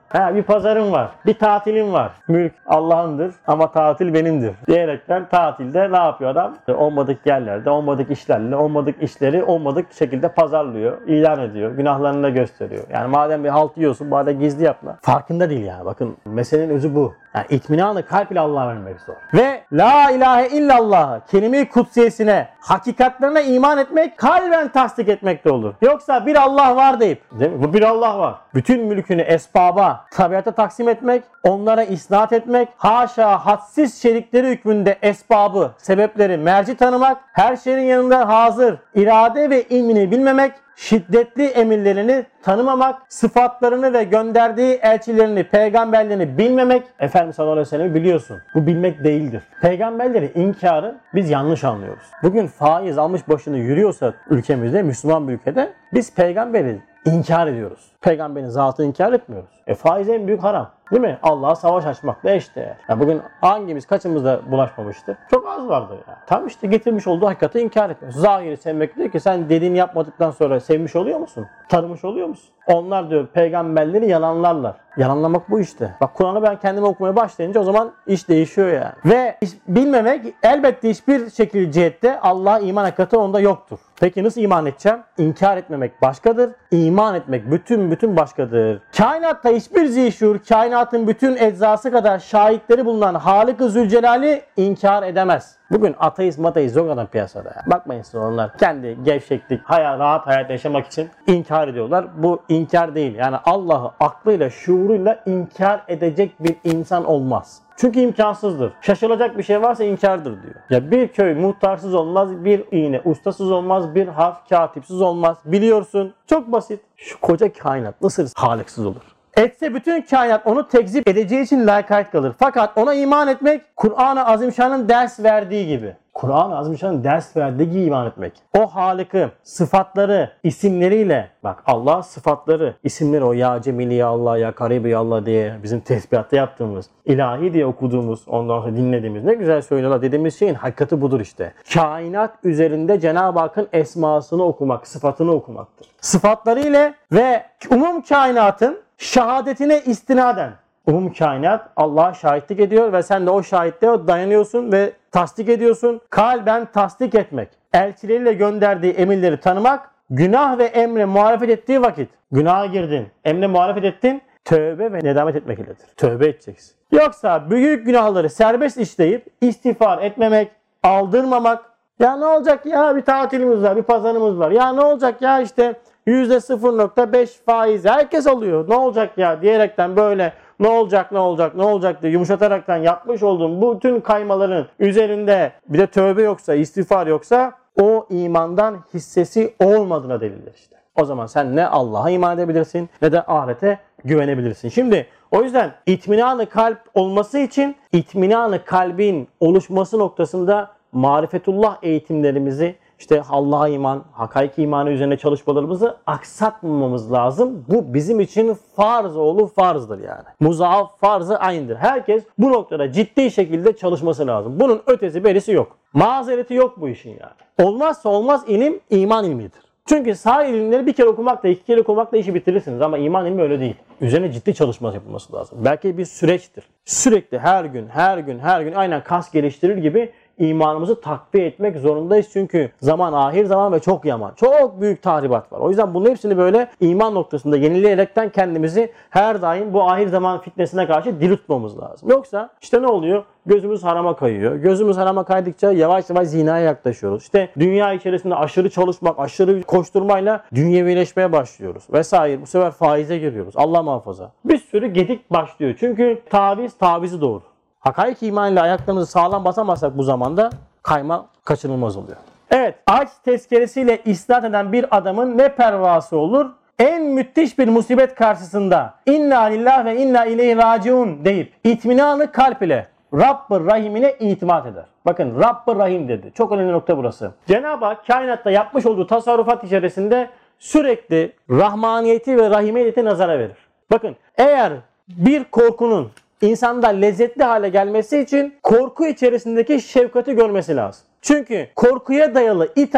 Speaker 1: Ha, bir pazarım var, bir tatilim var. Mülk Allah'ındır ama tatil benimdir diyerekten tatilde ne yapıyor adam? Olmadık yerlerde, olmadık işlerle, olmadık işleri olmadık şekilde pazarlıyor, ilan ediyor, günahlarını da gösteriyor. Yani madem bir halt yiyorsun, bari gizli yapma. Farkında değil yani. Bakın meselenin özü bu. Yani itminanı kalp ile Allah'a vermek zor. Ve la ilahe illallah kelime-i kutsiyesine, hakikatlerine iman etmek, kalben tasdik etmekte olur. Yoksa bir Allah var deyip, değil mi? Bu bir Allah var. Bütün mülkünü esbaba, tabiata taksim etmek, onlara isnat etmek, haşa hadsiz şerikleri hükmünde esbabı, sebepleri merci tanımak, her şeyin yanında hazır, irade ve ilmini bilmemek, şiddetli emirlerini tanımamak, sıfatlarını ve gönderdiği elçilerini, peygamberlerini bilmemek, Efendimiz sallallahu aleyhi ve sellem'i biliyorsun. Bu bilmek değildir. Peygamberleri inkarı biz yanlış anlıyoruz. Bugün faiz almış başını yürüyorsa ülkemizde, Müslüman bir ülkede biz peygamberi inkar ediyoruz. Peygamberin zatını inkar etmiyoruz. E faiz en büyük haram. Değil mi? Allah'a savaş açmakla eşdeğer. Yani bugün hangimiz kaçımızda bulaşmamıştır? Çok az vardır yani. Tam işte getirmiş olduğu hakikati inkar etmiyor. Zahiri sevmek diyor ki sen dediğini yapmadıktan sonra sevmiş oluyor musun? Tanımış oluyor musun? Onlar diyor peygamberleri yalanlarlar. Yalanlamak bu işte. Bak Kur'an'ı ben kendime okumaya başlayınca o zaman iş değişiyor yani. Ve iş, bilmemek elbette hiçbir şekilde cihette Allah'a iman hakikati onda yoktur. Peki nasıl iman edeceğim? İnkar etmemek başkadır. İman etmek bütün bütün başkadır. Kainatta hiçbir zişur, kainatın bütün eczası kadar şahitleri bulunan Halik-i Zülcelal'i inkar edemez. Bugün ateist mateist yok adam piyasada. Ya. Bakmayın siz onlar kendi gevşeklik, hayal, rahat hayat yaşamak için inkar ediyorlar. Bu inkar değil. Yani Allah'ı aklıyla, şuuruyla inkar edecek bir insan olmaz. Çünkü imkansızdır. Şaşılacak bir şey varsa inkardır diyor. Ya bir köy muhtarsız olmaz, bir iğne ustasız olmaz, bir harf katipsiz olmaz. Biliyorsun. Çok basit. Şu koca kainat nasıl haliksiz olur? Etse bütün kainat onu tekzip edeceği için lakayt kalır. Fakat ona iman etmek Kur'an-ı Azimşan'ın ders verdiği gibi. Kur'an-ı Azimşan'ın ders verdiği gibi iman etmek. O Halık'ı, sıfatları, isimleriyle, bak Allah sıfatları, isimleri o ya Cemili ya Allah, ya Karibi ya Allah diye bizim tesbihatta yaptığımız, ilahi diye okuduğumuz, ondan sonra dinlediğimiz ne güzel söylüyorlar dediğimiz şeyin hakikati budur işte. Kainat üzerinde Cenab-ı Hakk'ın esmasını okumak, sıfatını okumaktır. Sıfatları ile ve umum kainatın şahadetine istinaden. Umum kainat Allah'a şahitlik ediyor ve sen de o şahitliğe dayanıyorsun ve tasdik ediyorsun. Kalben tasdik etmek, elçileriyle gönderdiği emirleri tanımak, günah ve emre muhalefet ettiği vakit, günaha girdin, emre muhalefet ettin, tövbe ve nedamet etmek iledir. Tövbe edeceksin. Yoksa büyük günahları serbest işleyip istiğfar etmemek, aldırmamak, ya ne olacak ya bir tatilimiz var, bir pazarımız var, ya ne olacak ya işte yüzde sıfır nokta beş faiz herkes alıyor, ne olacak ya diyerekten böyle ne olacak ne olacak ne olacak diye yumuşataraktan yapmış olduğum bu bütün kaymaların üzerinde bir de tövbe yoksa, istiğfar yoksa o imandan hissesi olmadığına delildir işte. O zaman sen ne Allah'a iman edebilirsin ne de ahirete güvenebilirsin. Şimdi o yüzden itminanı kalp olması için itminanı kalbin oluşması noktasında marifetullah eğitimlerimizi, İşte Allah'a iman, hakaik imanı üzerine çalışmalarımızı aksatmamamız lazım. Bu bizim için farz oğlu farzdır yani. Muzaaf farzı aynıdır. Herkes bu noktada ciddi şekilde çalışması lazım. Bunun ötesi berisi yok. Mazereti yok bu işin yani. Olmazsa olmaz ilim iman ilmidir. Çünkü sağ ilimleri bir kere okumakla, iki kere okumakla işi bitirirsiniz ama iman ilmi öyle değil. Üzerine ciddi çalışması yapılması lazım. Belki bir süreçtir. Sürekli her gün, her gün, her gün aynen kas geliştirir gibi imanımızı takviye etmek zorundayız. Çünkü zaman ahir zaman ve çok yaman. Çok büyük tahribat var. O yüzden bunun hepsini böyle iman noktasında yenileyerekten kendimizi her daim bu ahir zaman fitnesine karşı diri tutmamız lazım. Yoksa işte ne oluyor? Gözümüz harama kayıyor. Gözümüz harama kaydıkça yavaş yavaş zinaya yaklaşıyoruz. İşte dünya içerisinde aşırı çalışmak, aşırı koşturmayla dünyevileşmeye başlıyoruz. Vesaire. Bu sefer faize giriyoruz. Allah muhafaza. Bir sürü gedik başlıyor. Çünkü taviz tavizi doğru. Hakaik imanıyla ayaklarımızı sağlam basamazsak bu zamanda kayma kaçınılmaz oluyor. Evet, aç tezkeresiyle isnat eden bir adamın ne pervası olur? En müthiş bir musibet karşısında inna lillahi ve inna ileyhi raciun deyip itminanı kalp ile Rabb-ı Rahim'ine itimat eder. Bakın Rabb-ı Rahim dedi. Çok önemli nokta burası. Cenab-ı Hak kainatta yapmış olduğu tasarrufat içerisinde sürekli rahmaniyeti ve rahimiyeti nazara verir. Bakın eğer bir korkunun insanda lezzetli hale gelmesi için korku içerisindeki şefkati görmesi lazım. Çünkü korkuya dayalı itaat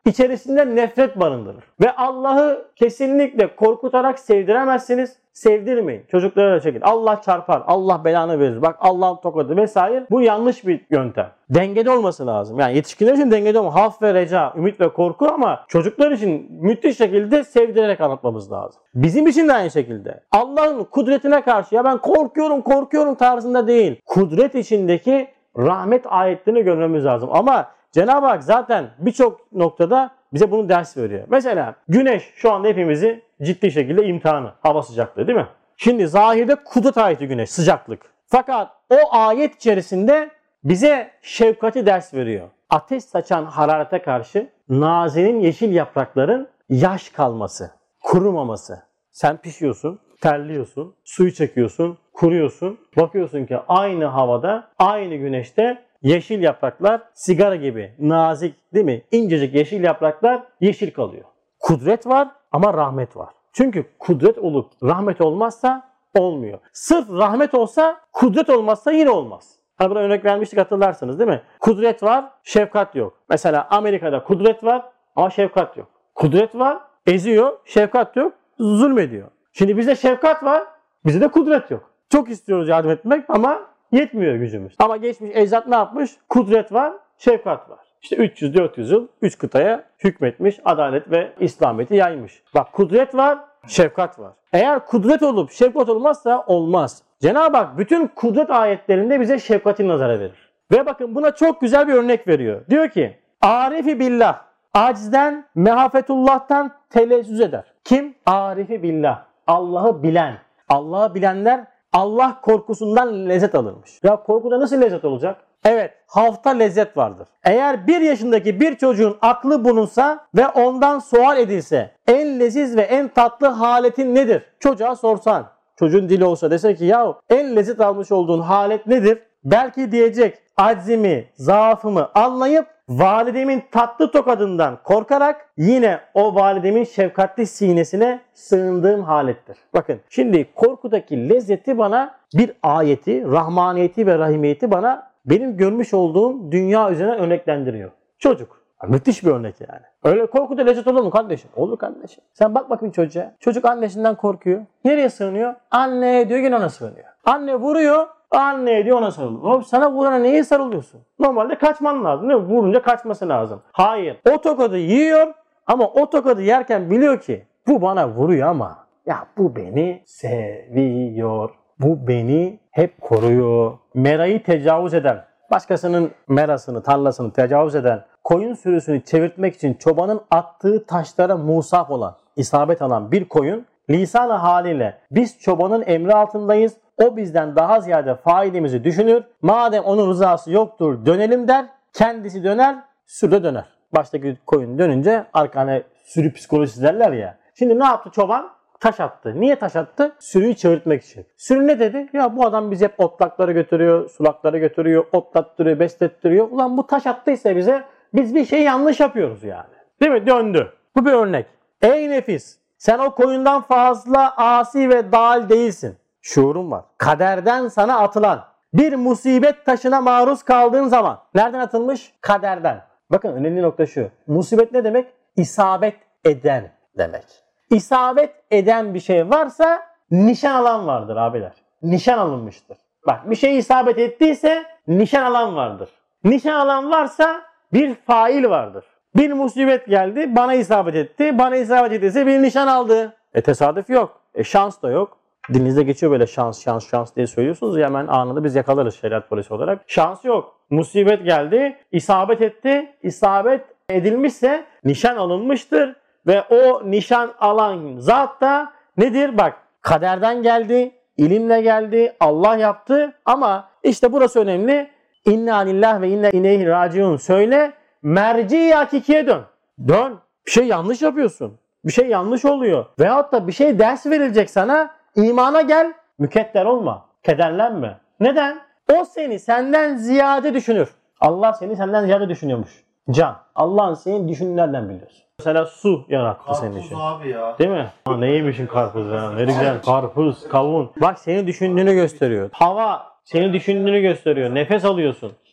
Speaker 1: İçerisinde nefret barındırır. Ve Allah'ı kesinlikle korkutarak sevdiremezsiniz. Sevdirmeyin. Çocuklara da çekin. Allah çarpar. Allah belanı verir. Bak Allah'ın tokadı vesaire. Bu yanlış bir yöntem. Dengede olması lazım. Yani yetişkinler için dengede olma. Haf ve reca, ümit ve korku ama çocuklar için müthiş şekilde sevdirerek anlatmamız lazım. Bizim için de aynı şekilde. Allah'ın kudretine karşı ya ben korkuyorum korkuyorum tarzında değil. Kudret içindeki rahmet ayetlerini görmemiz lazım. Ama Cenab-ı Hak zaten birçok noktada bize bunu ders veriyor. Mesela güneş şu anda hepimizi ciddi şekilde imtihanı. Hava sıcaklığı değil mi? Şimdi zahirde kudret ayeti güneş, sıcaklık. Fakat o ayet içerisinde bize şefkati ders veriyor. Ateş saçan hararete karşı nazenin yeşil yaprakların yaş kalması, kurumaması. Sen pişiyorsun, terliyorsun, suyu çekiyorsun, kuruyorsun. Bakıyorsun ki aynı havada, aynı güneşte yeşil yapraklar sigara gibi nazik değil mi? İncecik yeşil yapraklar yeşil kalıyor. Kudret var ama rahmet var. Çünkü kudret olup rahmet olmazsa olmuyor. Sırf rahmet olsa kudret olmazsa yine olmaz. Hani buna örnek vermiştik hatırlarsınız değil mi? Kudret var, şefkat yok. Mesela Amerika'da kudret var ama şefkat yok. Kudret var, eziyor, şefkat yok, zulmediyor. Şimdi bizde şefkat var, bizde de kudret yok. Çok istiyoruz yardım etmek ama yetmiyor gücümüz. Ama geçmiş ecdat ne yapmış? Kudret var, şefkat var. İşte üç yüz dört yüz yıl üç kıtaya hükmetmiş, adalet ve İslamiyet'i yaymış. Bak kudret var, şefkat var. Eğer kudret olup şefkat olmazsa olmaz. Cenab-ı Hak bütün kudret ayetlerinde bize şefkati nazara verir. Ve bakın buna çok güzel bir örnek veriyor. Diyor ki, Arifi billah, acizden, mehafetullah'tan telezzüz eder. Kim? Arifi billah, Allah'ı bilen. Allah'ı bilenler Allah korkusundan lezzet alırmış. Ya korkuda nasıl lezzet olacak? Evet, havta lezzet vardır. Eğer bir yaşındaki bir çocuğun aklı bulunsa ve ondan sual edilse en leziz ve en tatlı haletin nedir? Çocuğa sorsan, çocuğun dili olsa dese ki ya en lezzet almış olduğun halet nedir? Belki diyecek aczimi, zaafımı anlayıp validemin tatlı tokadından korkarak yine o validemin şefkatli sinesine sığındığım halettir. Bakın şimdi korkudaki lezzeti bana bir ayeti, rahmaniyeti ve rahimiyeti bana benim görmüş olduğum dünya üzerine örneklendiriyor. Çocuk. Müthiş bir örnek yani. Öyle korkuda lezzet olur mu kardeşim? Olur kardeşim. Sen bak bakayım çocuğa. Çocuk annesinden korkuyor. Nereye sığınıyor? Anne diyor yine ona sığınıyor. Anne vuruyor. Anne diyor ona sarılıyor. Oğlum sana vurana neye sarılıyorsun? Normalde kaçman lazım değil mi? Vurunca kaçması lazım. Hayır. O tokadı yiyor ama o tokadı yerken biliyor ki bu bana vuruyor ama ya bu beni seviyor. Bu beni hep koruyor. Merayı tecavüz eden, başkasının merasını, tarlasını tecavüz eden, koyun sürüsünü çevirtmek için çobanın attığı taşlara musaf olan, isabet alan bir koyun, lisan-ı haliyle biz çobanın emri altındayız, o bizden daha ziyade faidemizi düşünür, madem onun rızası yoktur dönelim der, kendisi döner, sürü de döner. Baştaki koyun dönünce arkana sürü psikolojisi derler ya. Şimdi ne yaptı çoban? Taş attı. Niye taş attı? Sürüyü çevirtmek için. Sürü ne dedi? Ya bu adam bizi hep otlaklara götürüyor, sulaklara götürüyor, otlattırıyor, beslettiriyor. Ulan bu taş attıysa bize biz bir şey yanlış yapıyoruz yani. Değil mi? Döndü. Bu bir örnek. Ey nefis! Sen o koyundan fazla asi ve dal değilsin. Şuurun var. Kaderden sana atılan bir musibet taşına maruz kaldığın zaman nereden atılmış? Kaderden. Bakın önemli nokta şu. Musibet ne demek? İsabet eden demek. İsabet eden bir şey varsa nişan alan vardır abiler. Nişan alınmıştır. Bak bir şey isabet ettiyse nişan alan vardır. Nişan alan varsa bir fail vardır. Bir musibet geldi bana isabet etti. Bana isabet ettiyse bir nişan aldı. E tesadüf yok. E şans da yok. Dilinizde geçiyor böyle şans şans şans diye söylüyorsunuz ya hemen anında biz yakalarız şeriat polisi olarak. Şans yok. Musibet geldi, isabet etti. İsabet edilmişse nişan alınmıştır. Ve o nişan alan zat da nedir? Bak kaderden geldi, ilimle geldi, Allah yaptı ama işte burası önemli. İnna lillah ve inna ileyhi raciun söyle, merci hakikiye dön. Dön. Bir şey yanlış yapıyorsun. Bir şey yanlış oluyor. Veyahut da bir şey ders verilecek sana, imana gel, mükedder olma, kederlenme. Neden? O seni senden ziyade düşünür. Allah seni senden ziyade düşünüyormuş. Can. Allah'ın seni düşünürlerden biliyorsun. Mesela su yarattı
Speaker 2: karpuz
Speaker 1: senin için.
Speaker 2: Abi ya.
Speaker 1: Değil mi? Ha, ne yemişsin karpuz ya? Ne güzel. Karpuz, kavun. Bak seni düşündüğünü gösteriyor. Hava seni düşündüğünü gösteriyor. Nefes alıyorsun.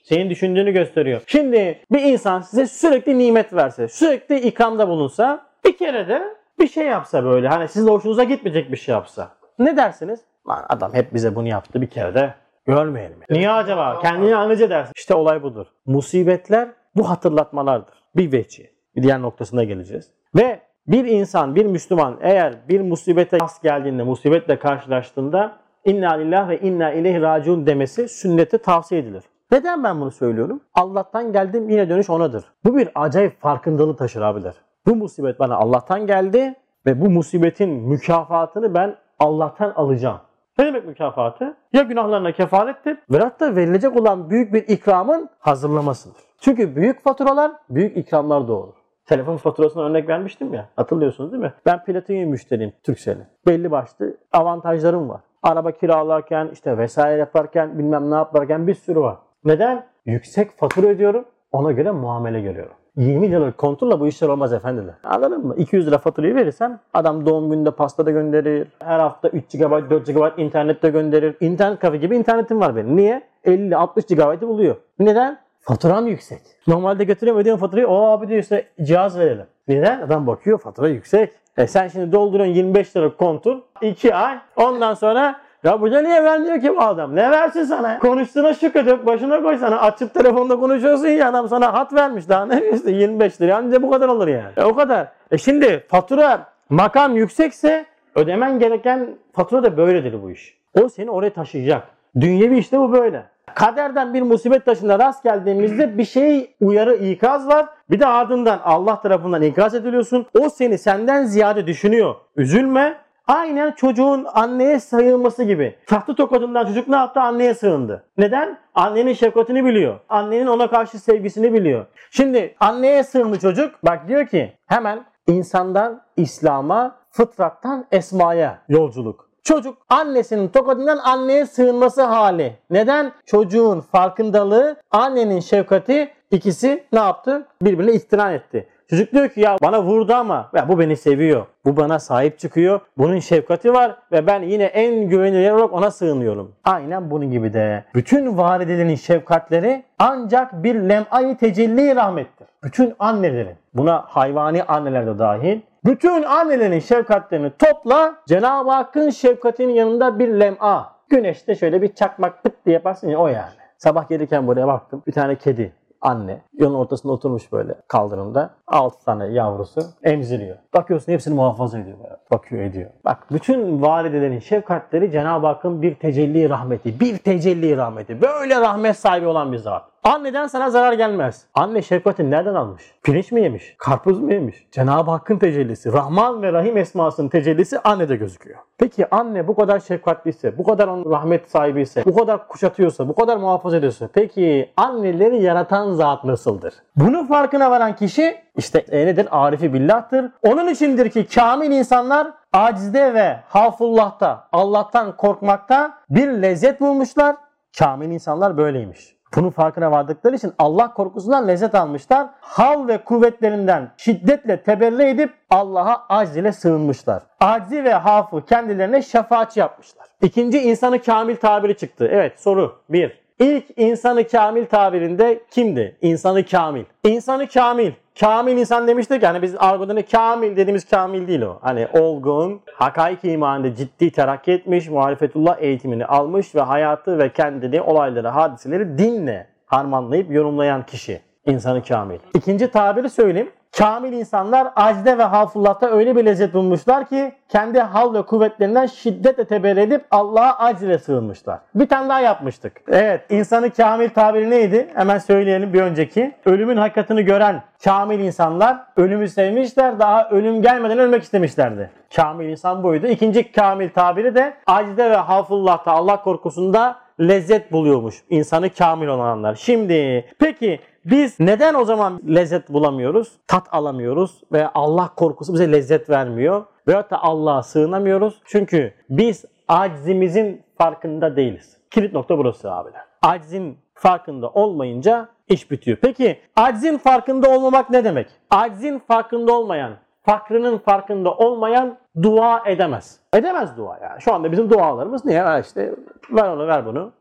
Speaker 1: Senin düşündüğünü gösteriyor. Şimdi bir insan size sürekli nimet verse, sürekli ikramda bulunsa, bir kere de bir şey yapsa böyle, hani sizin hoşunuza gitmeyecek bir şey yapsa. Ne dersiniz? Lan adam hep bize bunu yaptı, bir kere de görmeyelim. Niye acaba? Kendini anlıca dersin. İşte olay budur. Musibetler bu hatırlatmalardır. Bir veci. Bir diğer noktasına geleceğiz. Ve bir insan, bir Müslüman eğer bir musibete rast geldiğinde, musibetle karşılaştığında İnna lillahi ve inna ileyhi raciun demesi sünnete tavsiye edilir. Neden ben bunu söylüyorum? Allah'tan geldim, yine dönüş onadır. Bu bir acayip farkındalığı taşır abiler. Bu musibet bana Allah'tan geldi ve bu musibetin mükafatını ben Allah'tan alacağım. Ne demek mükafatı? Ya günahlarına kefarettir ve hatta verilecek olan büyük bir ikramın hazırlamasıdır. Çünkü büyük faturalar, büyük ikramlar doğurur. Telefon faturasına örnek vermiştim ya. Hatırlıyorsunuz değil mi? Ben platinyum müşteriyim Turkcell'in. Belli başlı avantajlarım var. Araba kiralarken, işte vesaire yaparken, bilmem ne yaparken bir sürü var. Neden? Yüksek fatura ödüyorum. Ona göre muamele görüyorum. yirmi liralık kontrolle bu işler olmaz efendiler. Anladın mı? iki yüz lira faturayı verirsen adam doğum gününde pasta da gönderir. Her hafta üç gigabayt, dört gigabayt internet de gönderir. İnternet kafe gibi internetim var benim. Niye? elli altmış gigabaytı buluyor. Neden? Faturam yüksek. Normalde götürüyorum, ödüyorum faturayı. O abi diyor işte cihaz verelim. Neden? Adam bakıyor fatura yüksek. E sen şimdi dolduruyorsun yirmi beş lira kontur. iki ay. Ondan sonra ya burada niye vermiyor ki bu adam? Ne versin sana? Konuştuğuna şükredip başına koy sana. Açıp telefonda konuşuyorsun ya, adam sana hat vermiş. Daha ne işte yirmi beş lira. Anca bu kadar olur yani. E o kadar. E şimdi fatura makam yüksekse ödemen gereken fatura da böyledir bu iş. O seni oraya taşıyacak. Dünyevi işte bu böyle. Kaderden bir musibet taşına rast geldiğimizde bir şey uyarı, ikaz var. Bir de ardından Allah tarafından ikaz ediliyorsun. O seni senden ziyade düşünüyor. Üzülme. Aynen çocuğun anneye sığınması gibi. Tahtı tokadından çocuk ne yaptı? Anneye sığındı. Neden? Annenin şefkatini biliyor. Annenin ona karşı sevgisini biliyor. Şimdi anneye sığındı çocuk. Bak diyor ki hemen insandan İslam'a, fıtrattan esmaya yolculuk. Çocuk annesinin tokadından anneye sığınması hali. Neden? Çocuğun farkındalığı, annenin şefkati, ikisi ne yaptı? Birbirine iktiran etti. Çocuk diyor ki ya bana vurdu ama ya bu beni seviyor. Bu bana sahip çıkıyor. Bunun şefkati var ve ben yine en güvenilir yer olarak ona sığınıyorum. Aynen bunun gibi de. Bütün validelerin şefkatleri ancak bir lem'ay tecelli rahmettir. Bütün annelerin, buna hayvani anneler de dahil, bütün annelerin şefkatlerini topla, Cenab-ı Hakk'ın şefkatinin yanında bir lem'a. Güneşte şöyle bir çakmak pıt diye yaparsın ya, o yani. Sabah gelirken buraya baktım. Bir tane kedi. Anne yolun ortasında oturmuş böyle kaldırımda. altı tane yavrusu emziriyor. Bakıyorsun hepsini muhafaza ediyor. Bakıyor ediyor. Bak bütün validelerin şefkatleri Cenab-ı Hakk'ın bir tecelli rahmeti. Bir tecelli rahmeti. Böyle rahmet sahibi olan bir zat. Anneden sana zarar gelmez. Anne şefkatini nereden almış? Pirinç mi yemiş? Karpuz mu yemiş? Cenab-ı Hakk'ın tecellisi. Rahman ve Rahim esmasının tecellisi annede gözüküyor. Peki anne bu kadar şefkatliyse, bu kadar onun rahmet sahibiyse, bu kadar kuşatıyorsa, bu kadar muhafaza ediyorsa, peki anneleri yaratan zat nasıldır? Bunun farkına varan kişi işte e nedir? Arifi billah'tır. Onun içindir ki kamil insanlar acizde ve haffullah'ta, Allah'tan korkmakta bir lezzet bulmuşlar. Kamil insanlar böyleymiş. Bunun farkına vardıkları için Allah korkusundan lezzet almışlar. Hal ve kuvvetlerinden şiddetle teberri edip Allah'a acz ile sığınmışlar. Aczi ve hafı kendilerine şefaatçi yapmışlar. İkinci insanı kamil tabiri çıktı. Evet, soru bir. İlk insanı kamil tabirinde kimdi? İnsanı kamil. İnsanı kamil. Kamil insan demiştik yani biz argoda kamil dediğimiz kamil değil o. Hani olgun, hakaik imanında ciddi terakki etmiş, muhalefetullah eğitimini almış ve hayatı ve kendini, olayları, hadiseleri dinle harmanlayıp yorumlayan kişi. İnsanı kamil. İkinci tabiri söyleyeyim. Kamil insanlar acde ve haffullah'ta öyle bir lezzet bulmuşlar ki kendi hal ve kuvvetlerinden şiddetle teberri edip Allah'a acz ile sığınmışlar. Bir tane daha yapmıştık. Evet, insanı kamil tabiri neydi? Hemen söyleyelim bir önceki. Ölümün hakikatini gören kamil insanlar ölümü sevmişler, daha ölüm gelmeden ölmek istemişlerdi. Kamil insan buydu. İkinci kamil tabiri de acde ve haffullah'ta, Allah korkusunda lezzet buluyormuş insanı kamil olanlar. Şimdi peki biz neden o zaman lezzet bulamıyoruz? Tat alamıyoruz ve Allah korkusu bize lezzet vermiyor. Veyahut da Allah'a sığınamıyoruz. Çünkü biz acizimizin farkında değiliz. Kilit nokta burası abiler. Acizin farkında olmayınca iş bitiyor. Peki acizin farkında olmamak ne demek? Acizin farkında olmayan, fakrının farkında olmayan dua edemez. Edemez dua yani. Şu anda bizim dualarımız niye? Ha işte ver onu ver bunu.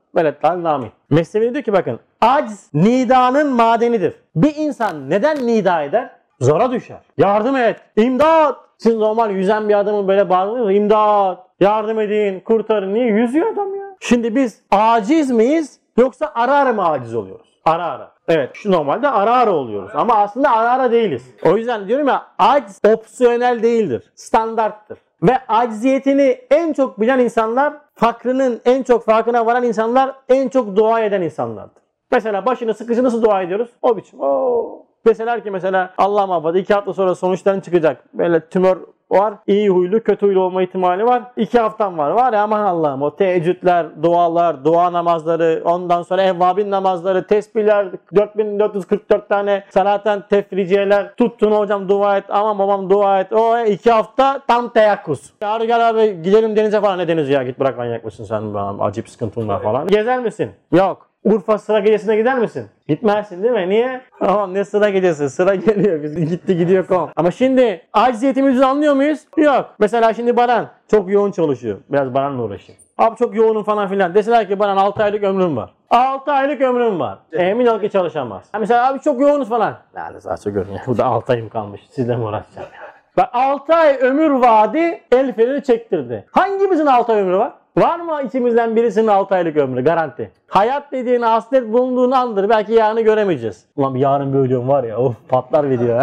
Speaker 1: Veletler amin. Mesnevi diyor ki bakın, aciz nidanın madenidir. Bir insan neden nida eder? Zora düşer. Yardım et, imdat. Siz normal yüzen bir adamın böyle bağırıyorsunuz, imdat, yardım edin, kurtarın. Niye? Yüzüyor adam ya. Şimdi biz aciz miyiz yoksa ara ara mı aciz oluyoruz? Ara ara. Evet, şu normalde ara ara oluyoruz ama aslında ara ara değiliz. O yüzden diyorum ya, aciz opsiyonel değildir, standarttır. Ve acziyetini en çok bilen insanlar, fakrının en çok farkına varan insanlar, en çok dua eden insanlardır. Mesela başını sıkışı nasıl dua ediyoruz? O biçim. Oo. Deseler ki mesela Allah muhafaza iki hafta sonra sonuçların çıkacak. Böyle tümör var. İyi huylu, kötü huylu olma ihtimali var. iki haftam var. Var ya aman Allah'ım, o teheccüdler, dualar, dua namazları, ondan sonra evvabin namazları, tesbihler, dört bin dört yüz kırk dört tane salaten tefriciyeler. Tuttun hocam dua et, aman babam dua et. O iki hafta tam teyakkuz. Yarın gel abi gidelim denize falan. Ne denizi ya, git bırak, manyak mısın sen, bana acayip sıkıntın var falan. Gezer misin? Yok. Urfa sıra gecesine gider misin? Gitmezsin değil mi? Niye? Tamam, ne sıra gecesi? Sıra geliyor. Biz gitti gidiyor kom. Ama şimdi acziyetimizi anlıyor muyuz? Yok. Mesela şimdi Baran çok yoğun çalışıyor. Biraz Baran'la uğraşayım. Abi çok yoğunum falan filan. Deseler ki Baran altı aylık ömrüm var. altı aylık ömrüm var. Emin ol ki çalışamaz. Mesela abi çok yoğunuz falan. Nerede zaten görünüyor. Burada altı ayım kalmış. Sizle mi uğraşacağım yani? Bak altı ay ömür vaadi el freni çektirdi. Hangimizin altı ay ömrü var? Var mı içimizden birisinin altı aylık ömrü? Garanti. Hayat dediğin hasret bulunduğun andır. Belki yarını göremeyeceğiz. Ulan bir yarın bir ölüyorum var ya. Of, patlar video.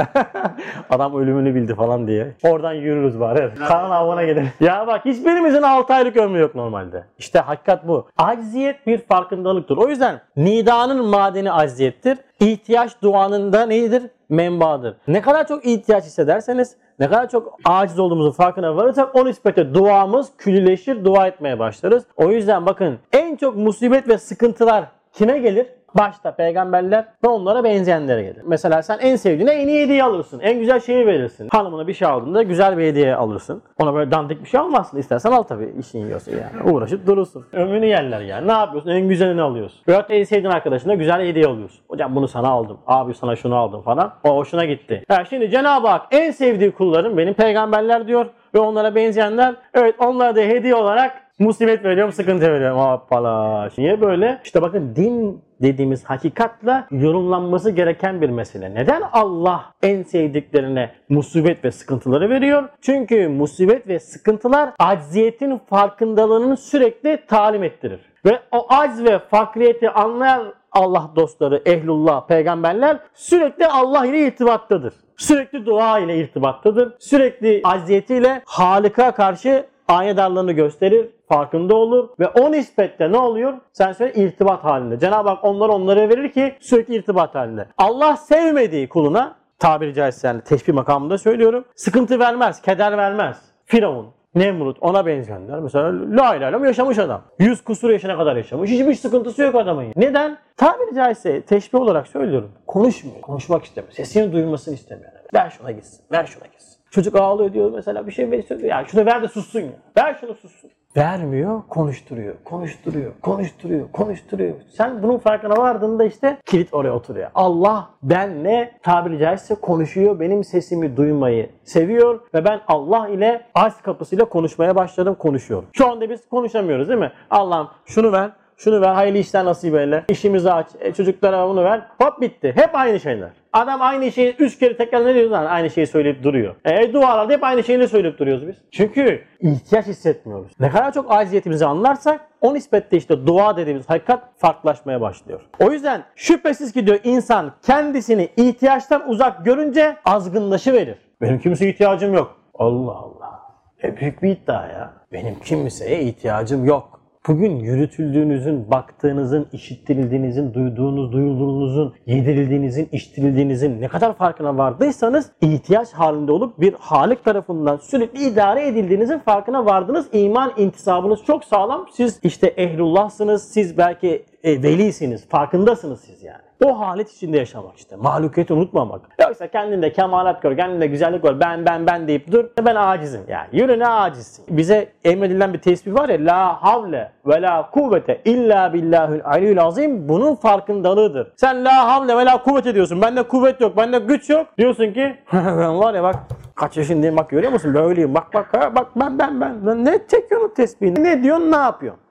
Speaker 1: Adam ölümünü bildi falan diye. Oradan yürürüz bari. Kanal avına gidelim. Ya bak, hiçbirimizin altı aylık ömrü yok normalde. İşte hakikat bu. Acziyet bir farkındalıktır. O yüzden nidanın madeni acziyettir. İhtiyaç duanın da neyidir? Menbaıdır. Ne kadar çok ihtiyaç hissederseniz, ne kadar çok aciz olduğumuzun farkına varırsak o nispete duamız küllileşir, dua etmeye başlarız. O yüzden bakın, en çok musibet ve sıkıntılar kime gelir? Başta peygamberler ve onlara benzeyenlere gelir. Mesela sen en sevdiğine en iyi hediye alırsın. En güzel şeyi verirsin. Hanımına bir şey aldığında güzel bir hediye alırsın. Ona böyle dandik bir şey almazsın. İstersen al tabii, işin yiyorsa yani. Uğraşıp durursun. Ömrünü yerler yani. Ne yapıyorsun? En güzelini alıyorsun. Veyahut en sevdiğin arkadaşına güzel hediye alıyorsun. Hocam bunu sana aldım. Abi sana şunu aldım falan. O hoşuna gitti. Ya şimdi Cenab-ı Hak en sevdiği kullarım benim peygamberler diyor. Ve onlara benzeyenler. Evet, onlara da hediye olarak musibet veriyorum, sıkıntı veriyorum. Hoppala. Niye böyle? İşte bakın, din dediğimiz hakikatla yorumlanması gereken bir mesele. Neden Allah en sevdiklerine musibet ve sıkıntıları veriyor? Çünkü musibet ve sıkıntılar acziyetin farkındalığını sürekli talim ettirir. Ve o acz ve fakriyeti anlayan Allah dostları, ehlullah, peygamberler sürekli Allah ile irtibattadır. Sürekli dua ile irtibattadır. Sürekli acziyetiyle Halık'a karşı ayedarlığını gösterir, farkında olur ve o nispetle ne oluyor? Sen söyle, irtibat halinde. Cenab-ı Hak onları onlara verir ki sürekli irtibat halinde. Allah sevmediği kuluna, tabiri caizse yani teşbih makamında söylüyorum, sıkıntı vermez, keder vermez. Firavun, Nemrut, ona benzeyenler mesela la ilahe illallah yaşamış adam. Yüz kusur yaşına kadar yaşamış. Hiçbir sıkıntısı yok adamın. Neden? Tabiri caizse teşbih olarak söylüyorum. Konuşmuyor. Konuşmak istemiyor. Sesini duyulmasını istemiyor. Ver şuna gitsin. Ver şuna gitsin. Çocuk ağlıyor diyor mesela, bir şey veriyor. Ya şunu ver de sussun ya. Ver şunu sussun. Vermiyor, konuşturuyor, konuşturuyor, konuşturuyor, konuşturuyor. Sen bunun farkına vardığında işte kilit oraya oturuyor. Allah benle tabiri caizse konuşuyor, benim sesimi duymayı seviyor ve ben Allah ile aşk kapısıyla konuşmaya başladım, konuşuyorum. Şu anda biz konuşamıyoruz değil mi? Allah'ım şunu ver, şunu ver, hayırlı işler nasip eyle, işimizi aç, e, çocuklara bunu ver, hop bitti. Hep aynı şeyler. Adam aynı şeyi üç kere tekrar ne diyor lan? Aynı şeyi söyleyip duruyor. E dualarda hep aynı şeyini söyleyip duruyoruz biz. Çünkü ihtiyaç hissetmiyoruz. Ne kadar çok aciziyetimizi anlarsak o nispette işte dua dediğimiz hakikat farklılaşmaya başlıyor. O yüzden şüphesiz ki diyor, insan kendisini ihtiyaçtan uzak görünce azgınlaşıverir. Benim kimseye ihtiyacım yok. Allah Allah. E büyük bir iddia ya. Benim kimseye ihtiyacım yok. Bugün yürütüldüğünüzün, baktığınızın, işittirildiğinizin, duyduğunuz, duyulduğunuzun, yedirildiğinizin, içtirildiğinizin ne kadar farkına vardıysanız ihtiyaç halinde olup bir Halik tarafından sürekli idare edildiğinizin farkına vardınız. İman intisabınız çok sağlam. Siz işte ehlullahsınız, siz belki e, velisiniz, farkındasınız siz yani. O halet içinde yaşamak işte. Mahlukiyeti unutmamak. Yoksa kendinde kemalat gör, kendinde güzellik var. Ben ben ben deyip dur. Ben acizim yani. Yürü ne acizsin. Bize emredilen bir tesbih var ya. La havle ve la kuvvete illa billahül aliyyül azim. Bunun farkındalığıdır. Sen la havle ve la kuvvete diyorsun. Bende kuvvet yok, bende güç yok. Diyorsun ki ben var ya bak kaç yaşındayım bak, görüyor musun? Böyleyim. Bak bak bak ben ben ben. Ne çekiyorsun tesbihini? Ne diyorsun, ne yapıyorsun?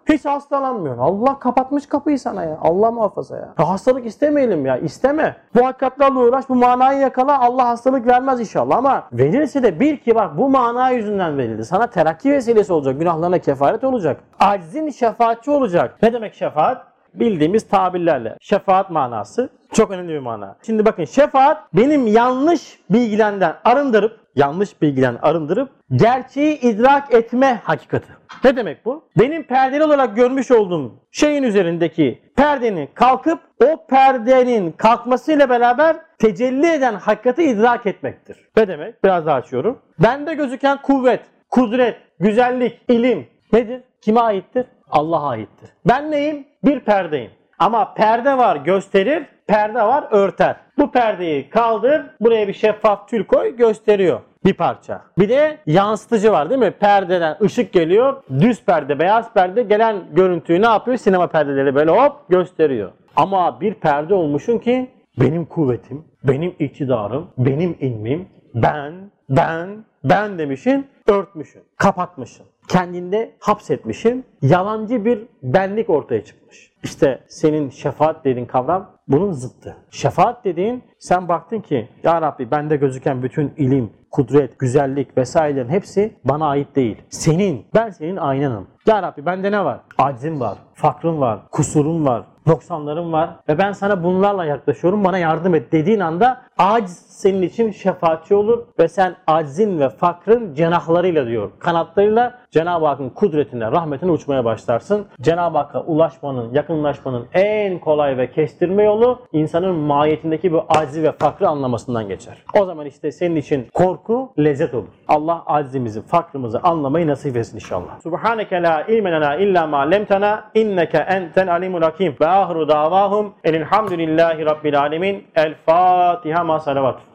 Speaker 1: Hiç hastalanmıyorsun. Allah kapatmış kapıyı sana ya. Allah muhafaza ya. ya hastalık istemeyelim ya. İsteme. Bu hakikatlerle uğraş. Bu manayı yakala. Allah hastalık vermez inşallah ama verirse de bil ki bak bu mana yüzünden verildi. Sana terakki vesilesi olacak. Günahlarına kefaret olacak. Aczin şefaatçi olacak. Ne demek şefaat? Bildiğimiz tabirlerle. Şefaat manası çok önemli bir mana. Şimdi bakın şefaat benim yanlış bilgilenden arındırıp yanlış bilgiden arındırıp gerçeği idrak etme hakikati. Ne demek bu? Benim perdeli olarak görmüş olduğum şeyin üzerindeki perdenin kalkıp o perdenin kalkmasıyla beraber tecelli eden hakikati idrak etmektir. Ne demek? Biraz daha açıyorum. Bende gözüken kuvvet, kudret, güzellik, ilim nedir? Kime aittir? Allah'a aittir. Ben neyim? Bir perdeyim. Ama perde var gösterir, perde var örter. Bu perdeyi kaldır, buraya bir şeffaf tül koy gösteriyor bir parça. Bir de yansıtıcı var değil mi? Perdeden ışık geliyor, düz perde, beyaz perde gelen görüntüyü ne yapıyor? Sinema perdeleri böyle hop gösteriyor. Ama bir perde olmuşsun ki benim kuvvetim, benim iktidarım, benim ilmim, ben, ben, ben demişin, örtmüşsün, kapatmışsın. Kendinde hapsetmişsin, yalancı bir benlik ortaya çıkmış. İşte senin şefaat dediğin kavram bunun zıttı. Şefaat dediğin sen baktın ki ya Rabbi bende gözüken bütün ilim, kudret, güzellik vesairelerin hepsi bana ait değil. Senin, ben senin aynanım. Ya Rabbi bende ne var? Aczim var, fakrım var, kusurum var, noksanlarım var ve ben sana bunlarla yaklaşıyorum, bana yardım et dediğin anda aciz senin için şefaatçi olur ve sen aczin ve fakrın cenahlarıyla diyor, kanatlarıyla Cenab-ı Hakk'ın kudretine, rahmetine uçmaya başlarsın. Cenab-ı Hakk'a ulaşmanın, yakınlaşmanın en kolay ve kestirme yolu insanın mahiyetindeki bu aczi ve fakrı anlamasından geçer. O zaman işte senin için korku lezzet olur. Allah aczimizi, fakrımızı anlamayı nasip etsin inşallah. Subhaneke la ilme lena illa ma allamtana inneke enten alimul hakim ve ahiru davahum elhamdülillahi rabbil alemin. El Fatiha ma salavat.